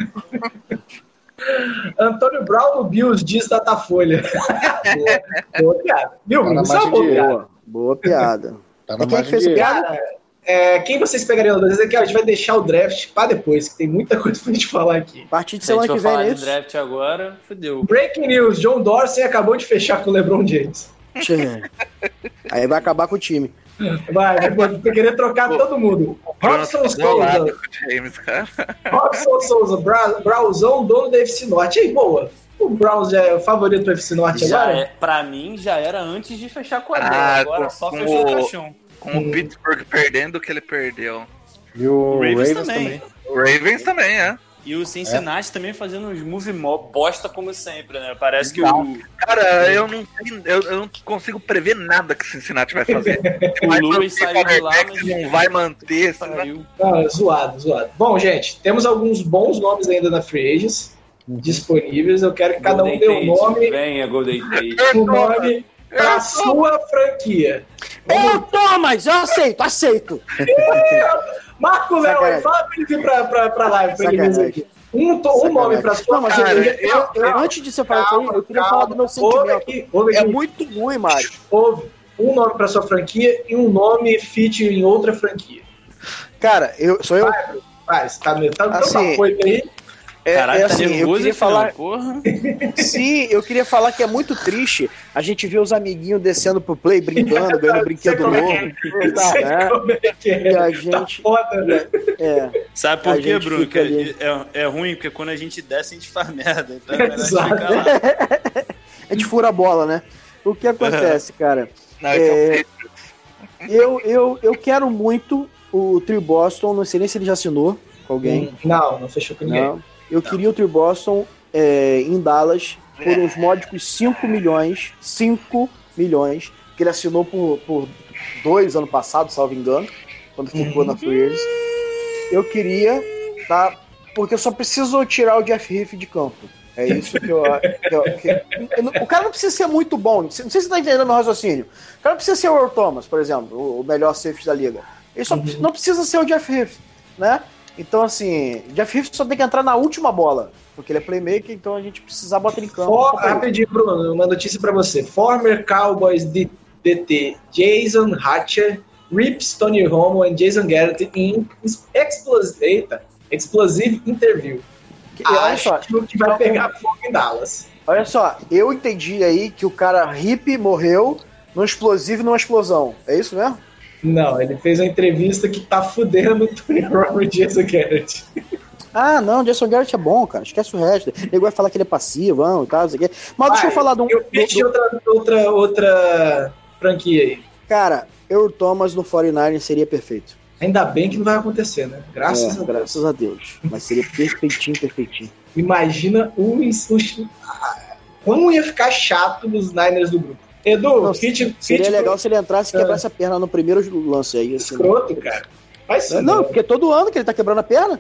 Antônio Brown no Bills diz Datafolha. Boa piada. Viu? Isso é uma boa piada. Boa piada. Quem fez piada? Quem vocês pegariam no Ezequiel? A gente vai deixar o draft pra depois, que tem muita coisa pra gente falar aqui. A partir de semana que vem, é isso? Draft agora, fodeu. Breaking news: John Dorsey acabou de fechar com o LeBron James. Aí vai acabar com o time. Vai querer trocar todo mundo. Robson Souza, Brownzão, dono da FC Norte. Aí, boa. O Browns é o favorito do FC Norte agora? Pra mim, já era antes de fechar com a dele. Agora só fechou o caixão. Com o Pittsburgh perdendo o que ele perdeu. E o Ravens também. O Ravens também, E o Cincinnati também fazendo uns move bosta como sempre, né? Parece que Cara, eu não consigo prever nada que o Cincinnati vai fazer. O Lewis saiu de lá, mas não vai manter. Zoado. Bom, gente, temos alguns bons nomes ainda na Free Agents disponíveis. Eu quero que cada um dê um nome. Venha, Golden Tate. Um nome pra sua franquia. Thomas, eu aceito. Marco Léo, fala pra ele vir pra live, pra ele vir aqui. Um nome pra sua franquia. Antes de você falar isso aí, eu queria falar do meu sentimento. É muito ruim, Mário. Um nome pra sua franquia e um nome fit em outra franquia. Cara, sou eu. Vai, você tá metendo tanto apoio aí. Caralho, tá nervoso, eu queria falar. Porra. Sim, eu queria falar que é muito triste a gente ver os amiguinhos descendo pro play, brincando, ganhando brinquedo novo. E a gente. Sabe por quê, Bruno? É ruim, porque quando a gente desce, a gente faz merda. Então é melhor a gente ficar lá. A gente fura a bola, né? O que acontece, cara? Eu quero muito o Trey Boston, não sei nem se ele já assinou com alguém. Não fechou com ninguém. Eu queria o Trey Boston em Dallas por uns módicos 5 milhões, que ele assinou por 2 ano passado, salvo engano, quando ficou na Free Agents. Eu queria, tá? Porque eu só preciso tirar o Jeff Heath de campo. É isso que eu o cara não precisa ser muito bom. Não sei se você tá entendendo meu raciocínio. O cara não precisa ser o Earl Thomas, por exemplo, o melhor safety da liga. Ele só não precisa ser o Jeff Heath, né? Então, assim, Jeff Heath só tem que entrar na última bola, porque ele é playmaker, então a gente precisa botar ele em campo. Rapidinho, Bruno, uma notícia pra você. Former Cowboys DT Jason Hatcher rips Tony Romo and Jason Garrett in explosive interview. Acho que vai pegar fogo em Dallas. Olha só, eu entendi aí que o cara hip morreu num explosivo e numa explosão. É isso mesmo? Não, ele fez uma entrevista que tá fudendo o Tony Romo e Jason Garrett. Ah, não, Jason Garrett é bom, cara. Esquece o resto. Ele vai falar que ele é passivo, e tal, não sei o quê. Mas deixa eu falar de um... Eu pedi outra franquia aí. Cara, Earl Thomas no 49ers seria perfeito. Ainda bem que não vai acontecer, né? Graças a Deus. Mas seria perfeitinho. Imagina como ia ficar chato nos Niners do grupo. Edu, seria legal se ele entrasse e quebrasse a perna no primeiro lance aí. Assim, escroto, cara. Mas sim, não, porque todo ano que ele tá quebrando a perna.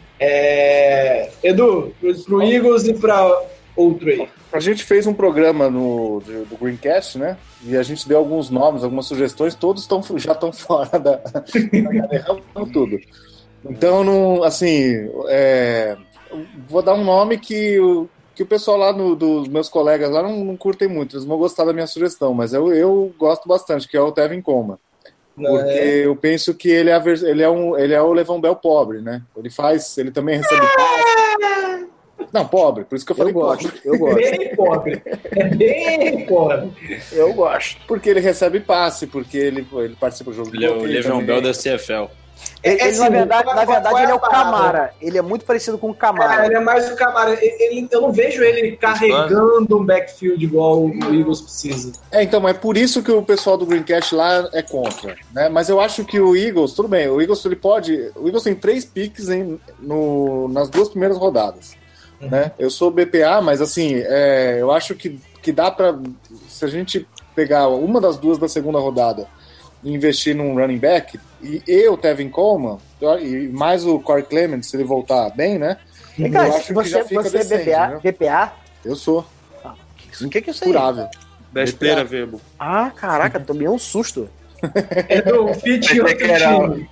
Edu, pro Eagles e pra outro aí. A gente fez um programa do Greencast, né? E a gente deu alguns nomes, algumas sugestões, todos já estão fora da galera, tudo. Então, não, assim, vou dar um nome que o pessoal lá dos meus colegas lá não curtem muito, eles vão gostar da minha sugestão, mas eu gosto bastante, que é o Tevin Coleman. Porque eu penso que ele é o Le'Veon Bell pobre, né? Ele também recebe passe. Não, pobre, por isso que eu falei pobre. Eu gosto. Bem pobre. Bem pobre. Eu gosto. Porque ele recebe passe, porque ele participa do jogo. Ele é o Le'Veon Bell da CFL. Ele na verdade, ele é o Camara. Ele é muito parecido com o Camara. Ele é mais o Camara. Eu não vejo ele carregando um backfield igual o Eagles precisa. Então, é por isso que o pessoal do Greencast lá é contra, né? Mas eu acho que o Eagles, tudo bem, o Eagles tem 3 picks nas 2 primeiras rodadas, né? Eu sou BPA, mas assim, eu acho que dá pra, se a gente pegar uma das 2 da segunda rodada e investir num running back, e o Tevin Coleman, e mais o Corey Clement, se ele voltar bem, né? Eu acho que já fica decente, é BPA? Eu sou. O que é isso aí? Incurável. Best player available. Ah, caraca, tomei um susto. Do fit outro time.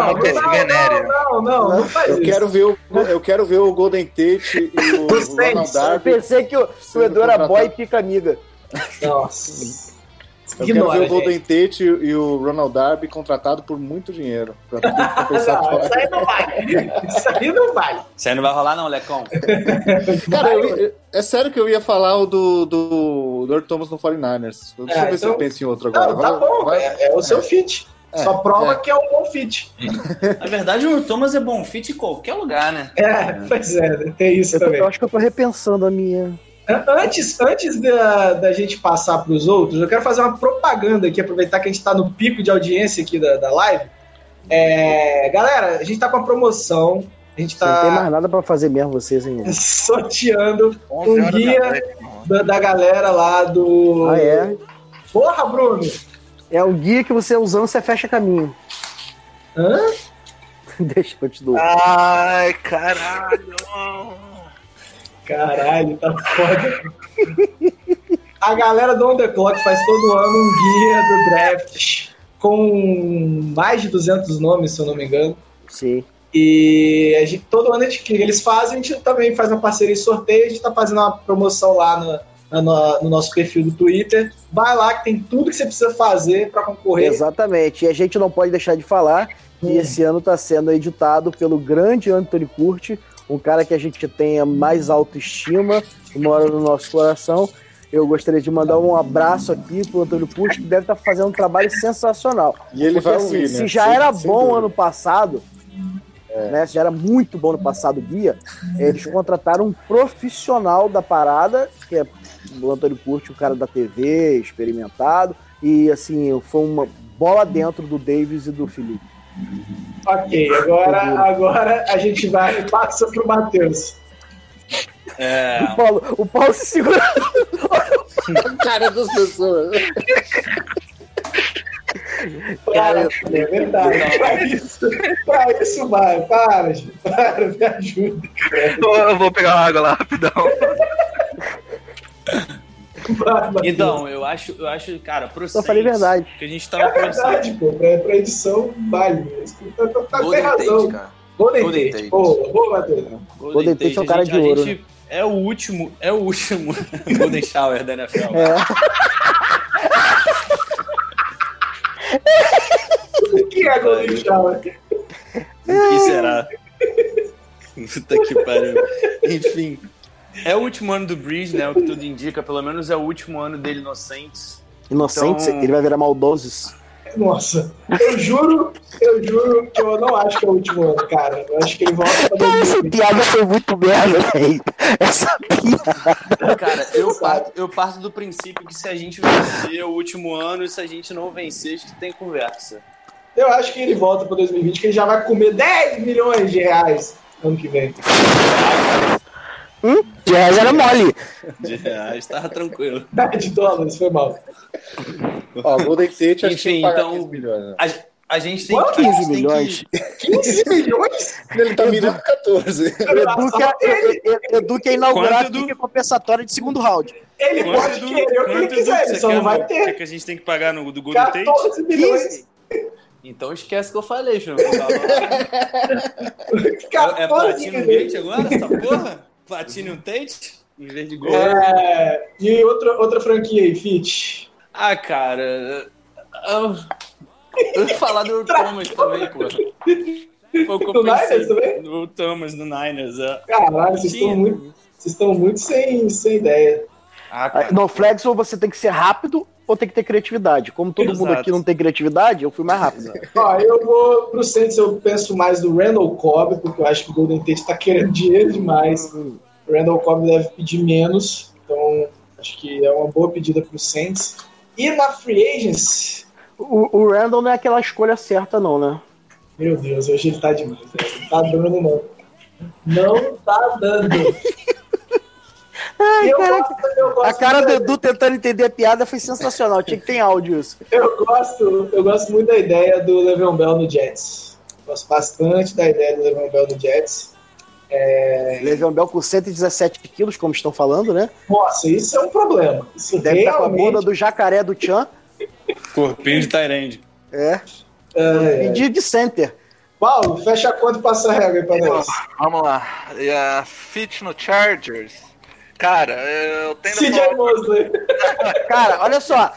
Não faz isso. Eu quero ver o Golden Tate e o Ronald Darby. Eu pensei que o Edu era boy e pica amiga. Nossa. Eu quero ver o Golden Tate e o Ronald Darby contratado por muito dinheiro. Isso aí não vai. Isso aí não vai rolar não, Lecão. Cara, é sério que eu ia falar o do Earl Thomas no 49ers. Deixa eu ver se eu penso em outro agora. Não, tá bom, é o seu fit. Só prova que é um bom fit. Na verdade, o Earl Thomas é bom fit em qualquer lugar, né? Pois tem isso também. Eu acho que eu tô repensando a minha... Antes da gente passar para os outros, eu quero fazer uma propaganda aqui, aproveitar que a gente está no pico de audiência aqui da live. Galera, a gente está com a promoção. A gente tá... Não tem mais nada para fazer mesmo, vocês ainda. Sorteando um guia da galera lá do... Ah, é? Porra, Bruno! É o guia que você usando, você fecha caminho. Hã? Deixa eu te dar. Ai, caralho! Caralho, tá foda. A galera do On The Clock faz todo ano um guia do draft com mais de 200 nomes, se eu não me engano. Sim. E todo ano eles fazem, a gente também faz uma parceria e sorteio, a gente tá fazendo uma promoção lá no nosso perfil do Twitter. Vai lá que tem tudo que você precisa fazer para concorrer. Exatamente. E a gente não pode deixar de falar que esse ano tá sendo editado pelo grande Anthony Curti, um cara que a gente tem a mais autoestima, que mora no nosso coração. Eu gostaria de mandar um abraço aqui pro Antônio Pucci, que deve estar fazendo um trabalho sensacional. E ele vai ouvir, se já era bom ano passado, né, se já era muito bom no passado o guia, eles contrataram um profissional da parada, que é o Antônio Pucci, um cara da TV, experimentado, e assim, foi uma bola dentro do Davis e do Felipe. Ok, agora a gente vai e passa pro Matheus. O Paulo se segura. Cara das pessoas. É verdade. Pra isso vai. Para, me ajuda. Eu vou pegar uma água lá, rapidão. Então, eu acho, cara, pro Eu falei verdade. Que a gente tava verdade, pô. Pra edição, vale. Tá Golden razão. Tate, cara. Golden Tate. Boa, Matheus. Golden Tate é um cara de ouro, né? É o último Golden Shower da NFL. O que é Golden Shower? O que será? Puta que pariu. Enfim, é o último ano do Breeze, né? O que tudo indica. Pelo menos é o último ano dele no Saints. Inocentes, então... ele vai virar maldosos. Nossa, eu juro que eu não acho que é o último ano, cara. Eu acho que ele volta pra 2020. Essa piada foi muito merda, velho. Essa piada. Cara, eu parto do princípio que se a gente vencer o último ano e se a gente não vencer, acho que tem conversa. Eu acho que ele volta pra 2020, que ele já vai comer 10 milhões de reais ano que vem. De reais era mole. De reais, tava tranquilo. De dólares, foi mal. Ó, Golden Tate, acho enfim, que paga então 15 milhões. Né? A gente tem 15 milhões. 15 milhões? Ele tá mirando 14. Edu quer inaugurar a pique compensatória de segundo round. Ele pode querer o que ele quiser, ele só não vai ter. O que a gente tem que pagar do Golden Tate? 14 milhões. Então esquece que eu falei, João. É Platinum Gate agora, essa porra? Platinum Tate? Em vez de Gold? E outra franquia aí, Fit? Ah, cara... Eu ia falar do Thomas também, pô. Foi o que eu pensei. Niners também? Do Thomas, do Niners, é. Caralho, vocês estão muito sem ideia. No Flex, ou você tem que ser rápido ou tem que ter criatividade. Como todo mundo aqui não tem criatividade, eu fui mais rápido. Ó, eu vou pro Saints, eu penso mais do Randall Cobb, porque eu acho que o Golden Tate tá querendo dinheiro demais. O Randall Cobb deve pedir menos, então acho que é uma boa pedida pro Saints. E na Free Agents... O Randall não é aquela escolha certa, não, né? Meu Deus, hoje ele tá demais. Não tá dando, não. Não tá dando. Ai, a cara do Edu tentando entender a piada foi sensacional. Tinha que ter áudio isso. Eu gosto muito da ideia do Le'Veon Bell no Jets. Gosto bastante da ideia do Le'Veon Bell no Jets. Le'Veon Bell com 117 quilos, como estão falando, né? Nossa, isso é um problema. Isso deve estar com a bunda do jacaré do Chan. Corpinho de Tyrande. E de center. Paulo, fecha a conta e passa a regra aí pra nós. Vamos lá. Fit no Chargers. Cara, eu tenho CJ Mosley. Cara, olha só.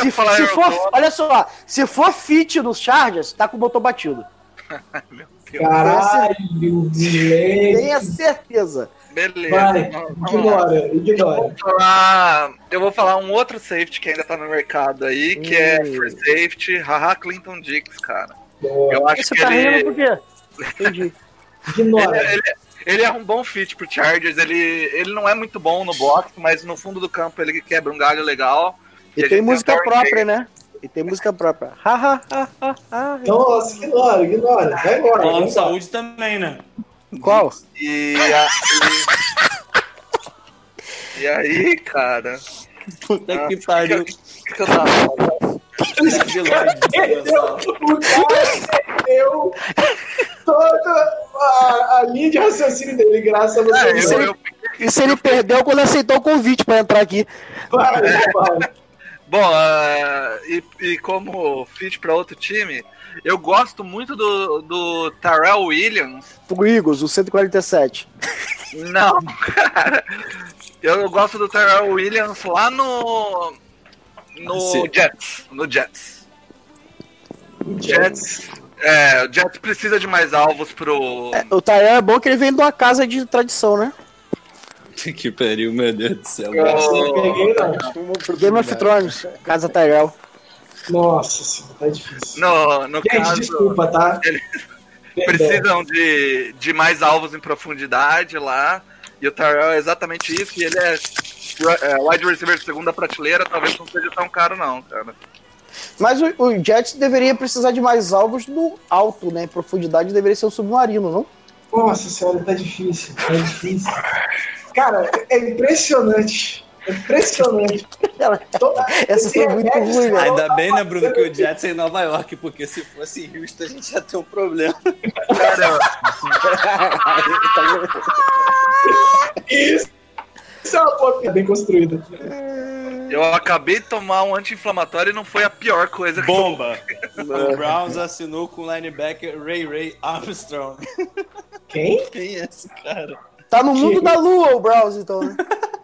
Se for fit nos Chargers, tá com o botão batido. Meu Deus. Caralho, tenha certeza. Beleza. Vai, ignora. Eu vou falar um outro safety que ainda tá no mercado aí, que é free safety, Haha Clinton Dix, cara. Boa. Eu acho que rindo por quê? Entendi. Ignora. Ele é um bom fit pro Chargers, ele não é muito bom no box, mas no fundo do campo ele quebra um galho legal. E tem música própria, né? E tem música própria. Nossa, ignora. Vai embora. Falando de saúde também, né? Qual? E aí, cara... Puta que pariu. O que eu tava falando? O cara perdeu toda a linha de raciocínio dele, graças a você. Isso ele perdeu quando aceitou o convite pra entrar aqui. Vai. Bom, e como fit pra outro time, eu gosto muito do Tyrell Williams. Pro Eagles, o 147. Não, cara. Eu gosto do Tyrell Williams lá no Jets. No Jets. O Jets precisa de mais alvos pro... o Tyrell é bom que ele vem de uma casa de tradição, né? Que pariu, meu Deus do céu. Game of Thrones, Casa Tyrell. Nossa senhora, tá difícil. No caso, desculpa, tá? Eles precisam de mais alvos em profundidade lá. E o Tyrell é exatamente isso. E ele é wide receiver de segunda prateleira. Talvez não seja tão caro, não, cara. Mas o Jets deveria precisar de mais alvos no alto, né? Em profundidade deveria ser um submarino, não? Nossa senhora, tá difícil. Cara, é impressionante. Essa foi muito ruim, velho. Ainda bem, né, Bruno, que o Jets é em Nova York, porque se fosse em Houston a gente ia ter um problema. Isso é uma boa, bem construída. Eu acabei de tomar um anti-inflamatório e não foi a pior coisa que Bomba! O Browns assinou com o linebacker Ray Armstrong. Quem? Quem é esse cara? Tá no mundo da lua o Browse, então, né?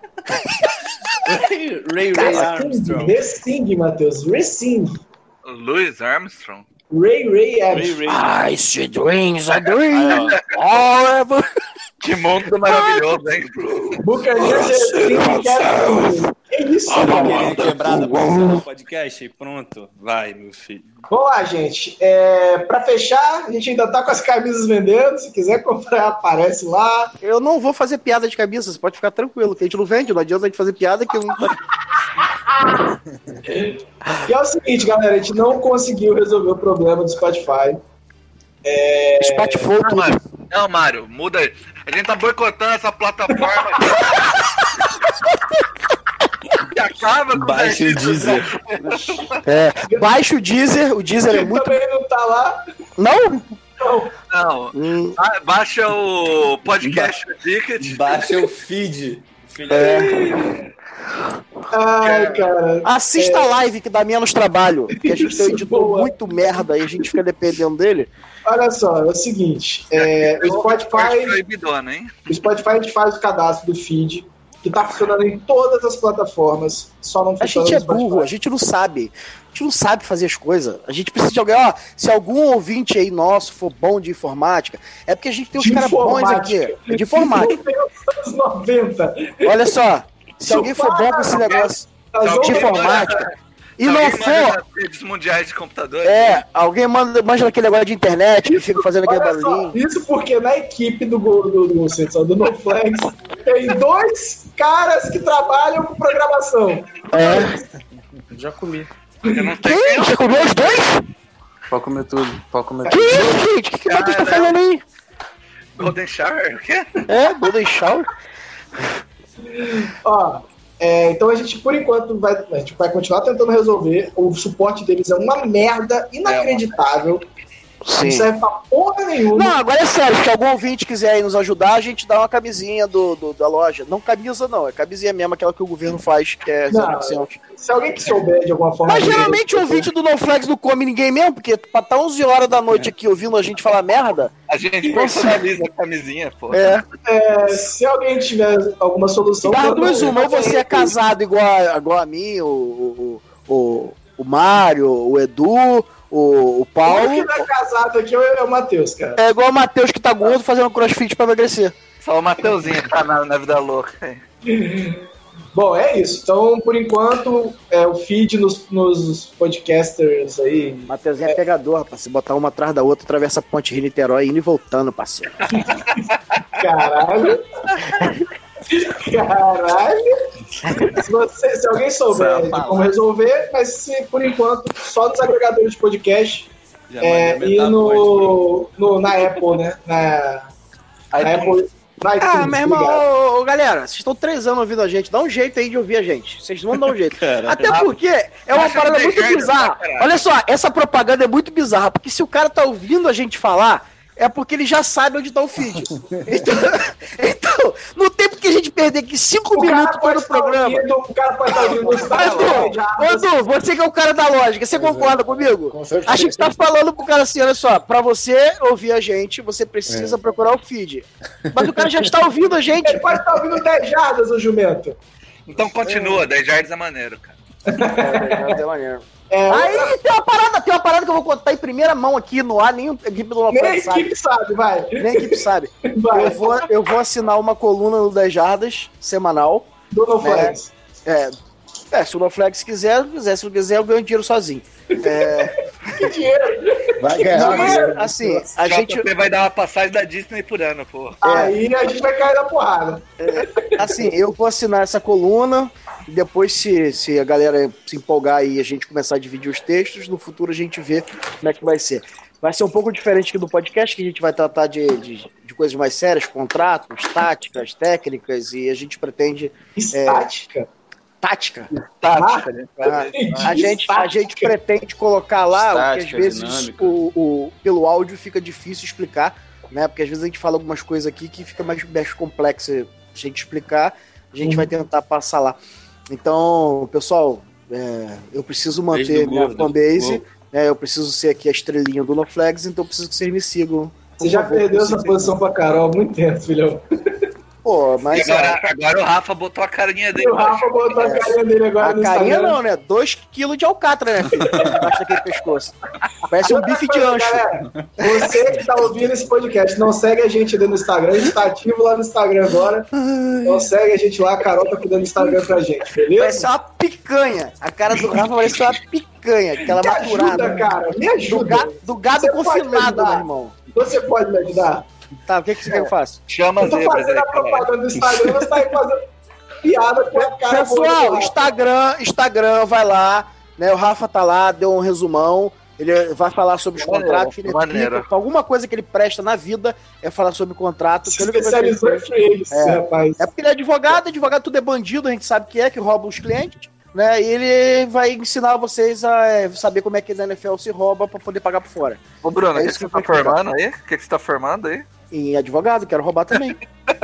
Ray Armstrong. Resing, Matheus. Resing. Louis Armstrong. Ray Armstrong. I see dreams, a dream. Forever. Que mundo maravilhoso, hein? Buccaneers Resing. Que isso, Querendo quebrada pra fazer um podcast e pronto. Vai, meu filho. Vamos lá, gente. Pra fechar, a gente ainda tá com as camisas vendendo. Se quiser comprar, aparece lá. Eu não vou fazer piada de camisa, você pode ficar tranquilo, que a gente não vende, não adianta a gente fazer piada que não tá... E é o seguinte, galera, a gente não conseguiu resolver o problema do Spotify. Spotify tudo. Não, Mário, muda aí. A gente tá boicotando essa plataforma. E acaba com Baixa o Deezer. Baixa o Deezer é muito... Também não tá lá. Não? Não. Baixa o podcast Ticket. Baixa o feed. Ai, cara. Assista a live que dá menos trabalho, porque a gente tem um editor muito merda e a gente fica dependendo dele. Olha só, é o seguinte, o Spotify a gente faz o cadastro do feed, que tá funcionando em todas as plataformas, só não funciona no Spotify. A gente é burro, a gente não sabe. A gente não sabe fazer as coisas. A gente precisa de alguém, se algum ouvinte aí nosso for bom de informática, é porque a gente tem uns caras bons aqui. De informática. Anos 90. Olha só, se alguém for bom com esse negócio de informática, e não for... redes mundiais de computadores. Alguém manja aquele negócio de internet que fica fazendo aquele barulhinho. Isso porque na equipe do NoFlags tem 2 caras que trabalham com programação. Já comi. Quem? Você comeu os 2? Pode comer tudo. Que isso, gente? O que o Matheus tá falando aí? Golden Shower? O quê? Golden Shower? Então a gente, por enquanto, a gente vai continuar tentando resolver. O suporte deles é uma merda inacreditável. Sim. Não serve pra porra nenhuma. Não, agora é sério, se algum ouvinte quiser aí nos ajudar, a gente dá uma camisinha da loja. Não camisa não, é camisinha mesmo, aquela que o governo faz, que é 0%. Se alguém que souber de alguma forma... Mas geralmente o ouvinte do NoFlags não come ninguém mesmo, porque pra estar 11 horas da noite aqui ouvindo a gente falar merda... A gente personaliza a camisinha, pô. Se alguém tiver alguma solução... Dá 2 uma, ou você é casado igual a mim, o Mário, o Edu... O Paulo. O que tá casado aqui é o Matheus, cara. É igual o Matheus que tá gordo fazendo crossfit pra emagrecer. Só o Mateuzinho que tá na vida louca. Bom, é isso. Então, por enquanto, o feed nos podcasters aí. Mateuzinho é pegador, rapaz. Se botar uma atrás da outra, atravessa a ponte Rio-Niterói indo e voltando, parceiro. Caralho. Se alguém souber de como resolver, mas por enquanto só nos agregadores de podcast e na Apple, né? Na Apple. Meu irmão, galera, vocês estão 3 anos ouvindo a gente, dá um jeito aí de ouvir a gente. Vocês vão dar um jeito. Até porque é uma parada muito bizarra. Olha só, essa propaganda é muito bizarra, porque se o cara tá ouvindo a gente falar, é porque ele já sabe onde tá o feed. Então, não tem porque a gente perder aqui 5 minutos todo o programa. O cara pode estar ouvindo no Edu, você que é o cara da lógica, você concorda comigo? A gente tá falando pro cara assim, olha só, pra você ouvir a gente, você precisa procurar o feed. Mas o cara já está ouvindo a gente. Ele pode estar ouvindo 10 jardas, o jumento. Então continua, 10 jardas é maneiro, cara. 10 jardas é maneiro. Aí tem uma parada que eu vou contar em primeira mão aqui no ar, nem a equipe do NoFlags sabe. Nem a equipe sabe, vai. Nem a equipe sabe. Eu vou assinar uma coluna no 10 Jardas, semanal. Do NoFlags. Se o NoFlags quiser, se não quiser, eu ganho dinheiro sozinho. Que dinheiro? Vai ganhar. Mas, assim, a gente... vai dar uma passagem da Disney por ano, pô. Aí a gente vai cair na porrada. Assim, eu vou assinar essa coluna... Depois, se a galera se empolgar e a gente começar a dividir os textos, no futuro a gente vê como é que vai ser. Vai ser um pouco diferente aqui do podcast, que a gente vai tratar de coisas mais sérias, contratos, táticas, técnicas, e a gente pretende... Tática? Tática. Né? A gente pretende colocar lá, o que às vezes pelo áudio fica difícil explicar, né? Porque às vezes a gente fala algumas coisas aqui que fica mais complexo a gente explicar, a gente vai tentar passar lá. Então, pessoal, eu preciso manter minha fanbase, eu preciso ser aqui a estrelinha do NoFlags, então eu preciso que vocês me sigam Você já perdeu essa posição pra Carol há muito tempo, filhão. Pô, mas... Agora o Rafa botou a carinha dele. O Rafa botou a carinha dele agora no Instagram. A carinha não, né? 2 kg de alcatra, né, filho? Embaixo daquele pescoço. Parece um bife de ancho. Galera, você que tá ouvindo esse podcast, não segue a gente ali no Instagram. A gente tá ativo lá no Instagram agora. Não segue a gente lá, a Carol tá cuidando do Instagram pra gente, beleza? Parece uma picanha. A cara do Rafa parece uma picanha. Aquela me maturada. Ajuda, cara. Me ajuda. Do gado confinado, meu irmão. Você pode me ajudar? Tá, o que você quer que eu faça? Chama eu tô fazendo a propaganda do Instagram, você tá aí fazendo piada com a cara. Pessoal, Instagram, vai lá, né? O Rafa tá lá, deu um resumão. Ele vai falar sobre os contratos. Alguma coisa que ele presta na vida é falar sobre contrato. Se especializou em freelance, rapaz. É porque ele é advogado tudo é bandido, a gente sabe que rouba os clientes. Né, e ele vai ensinar vocês a saber como é que na NFL se rouba pra poder pagar por fora. Ô, Bruno, o que você tá formando aí? O que você tá formando aí? Em advogado, quero roubar também.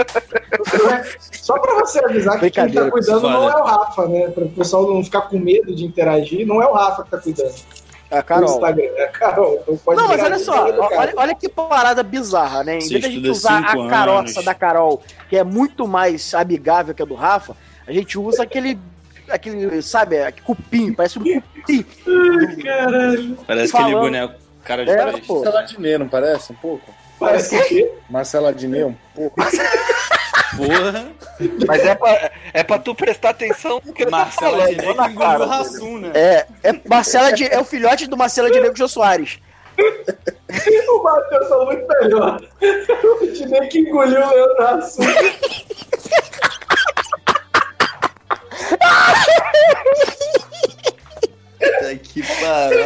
Só pra você avisar que quem tá cuidando não é o Rafa, né? Pra o pessoal não ficar com medo de interagir, não é o Rafa que tá cuidando. É a Carol. É a Carol. Então pode não, mas olha só, olha que parada bizarra, né? Em vez da gente usar a caroça da Carol, que é muito mais amigável que a do Rafa, a gente usa aquele, sabe, cupim, parece um cupim. Ai, caralho. Parece aquele boneco, cara de peixe. Marcelo Adnet, não parece um pouco? Parece o quê? Marcelo Adnet, um pouco. Porra. Mas é pra tu prestar atenção no que ele tá falando. Marcelo Rassum, né? É o filhote do Marcelo Adnet com o Jô Soares. O Matheus falou muito melhor. O Adnet que engoliu o Leandro Rassum. Que baraca.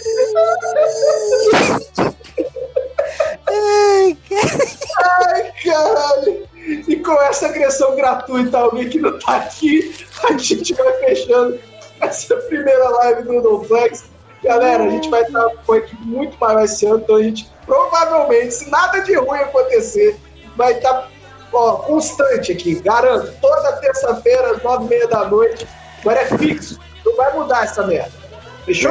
Ai, caralho. E com essa agressão gratuita, alguém que não tá aqui, a gente vai fechando essa primeira live do NoFlex. Galera, a gente vai estar com a equipe muito maior esse ano, então a gente provavelmente, se nada de ruim acontecer, vai estar constante aqui. Garanto, toda terça-feira, às 9h30 da noite. Agora é fixo, não vai mudar essa merda. Fechou?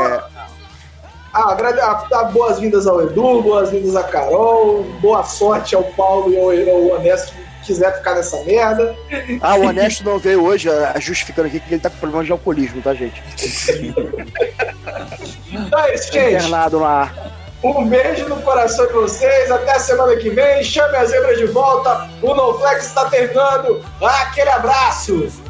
Dar boas-vindas ao Edu, boas-vindas a Carol, boa sorte ao Paulo e ao Honesto que quiser ficar nessa merda. O Honesto não veio hoje, justificando aqui que ele tá com problema de alcoolismo, tá, gente? Então é isso, gente. Internado lá. Um beijo no coração de vocês, até a semana que vem, chame as zebras de volta, o NoFlex está terminando, aquele abraço!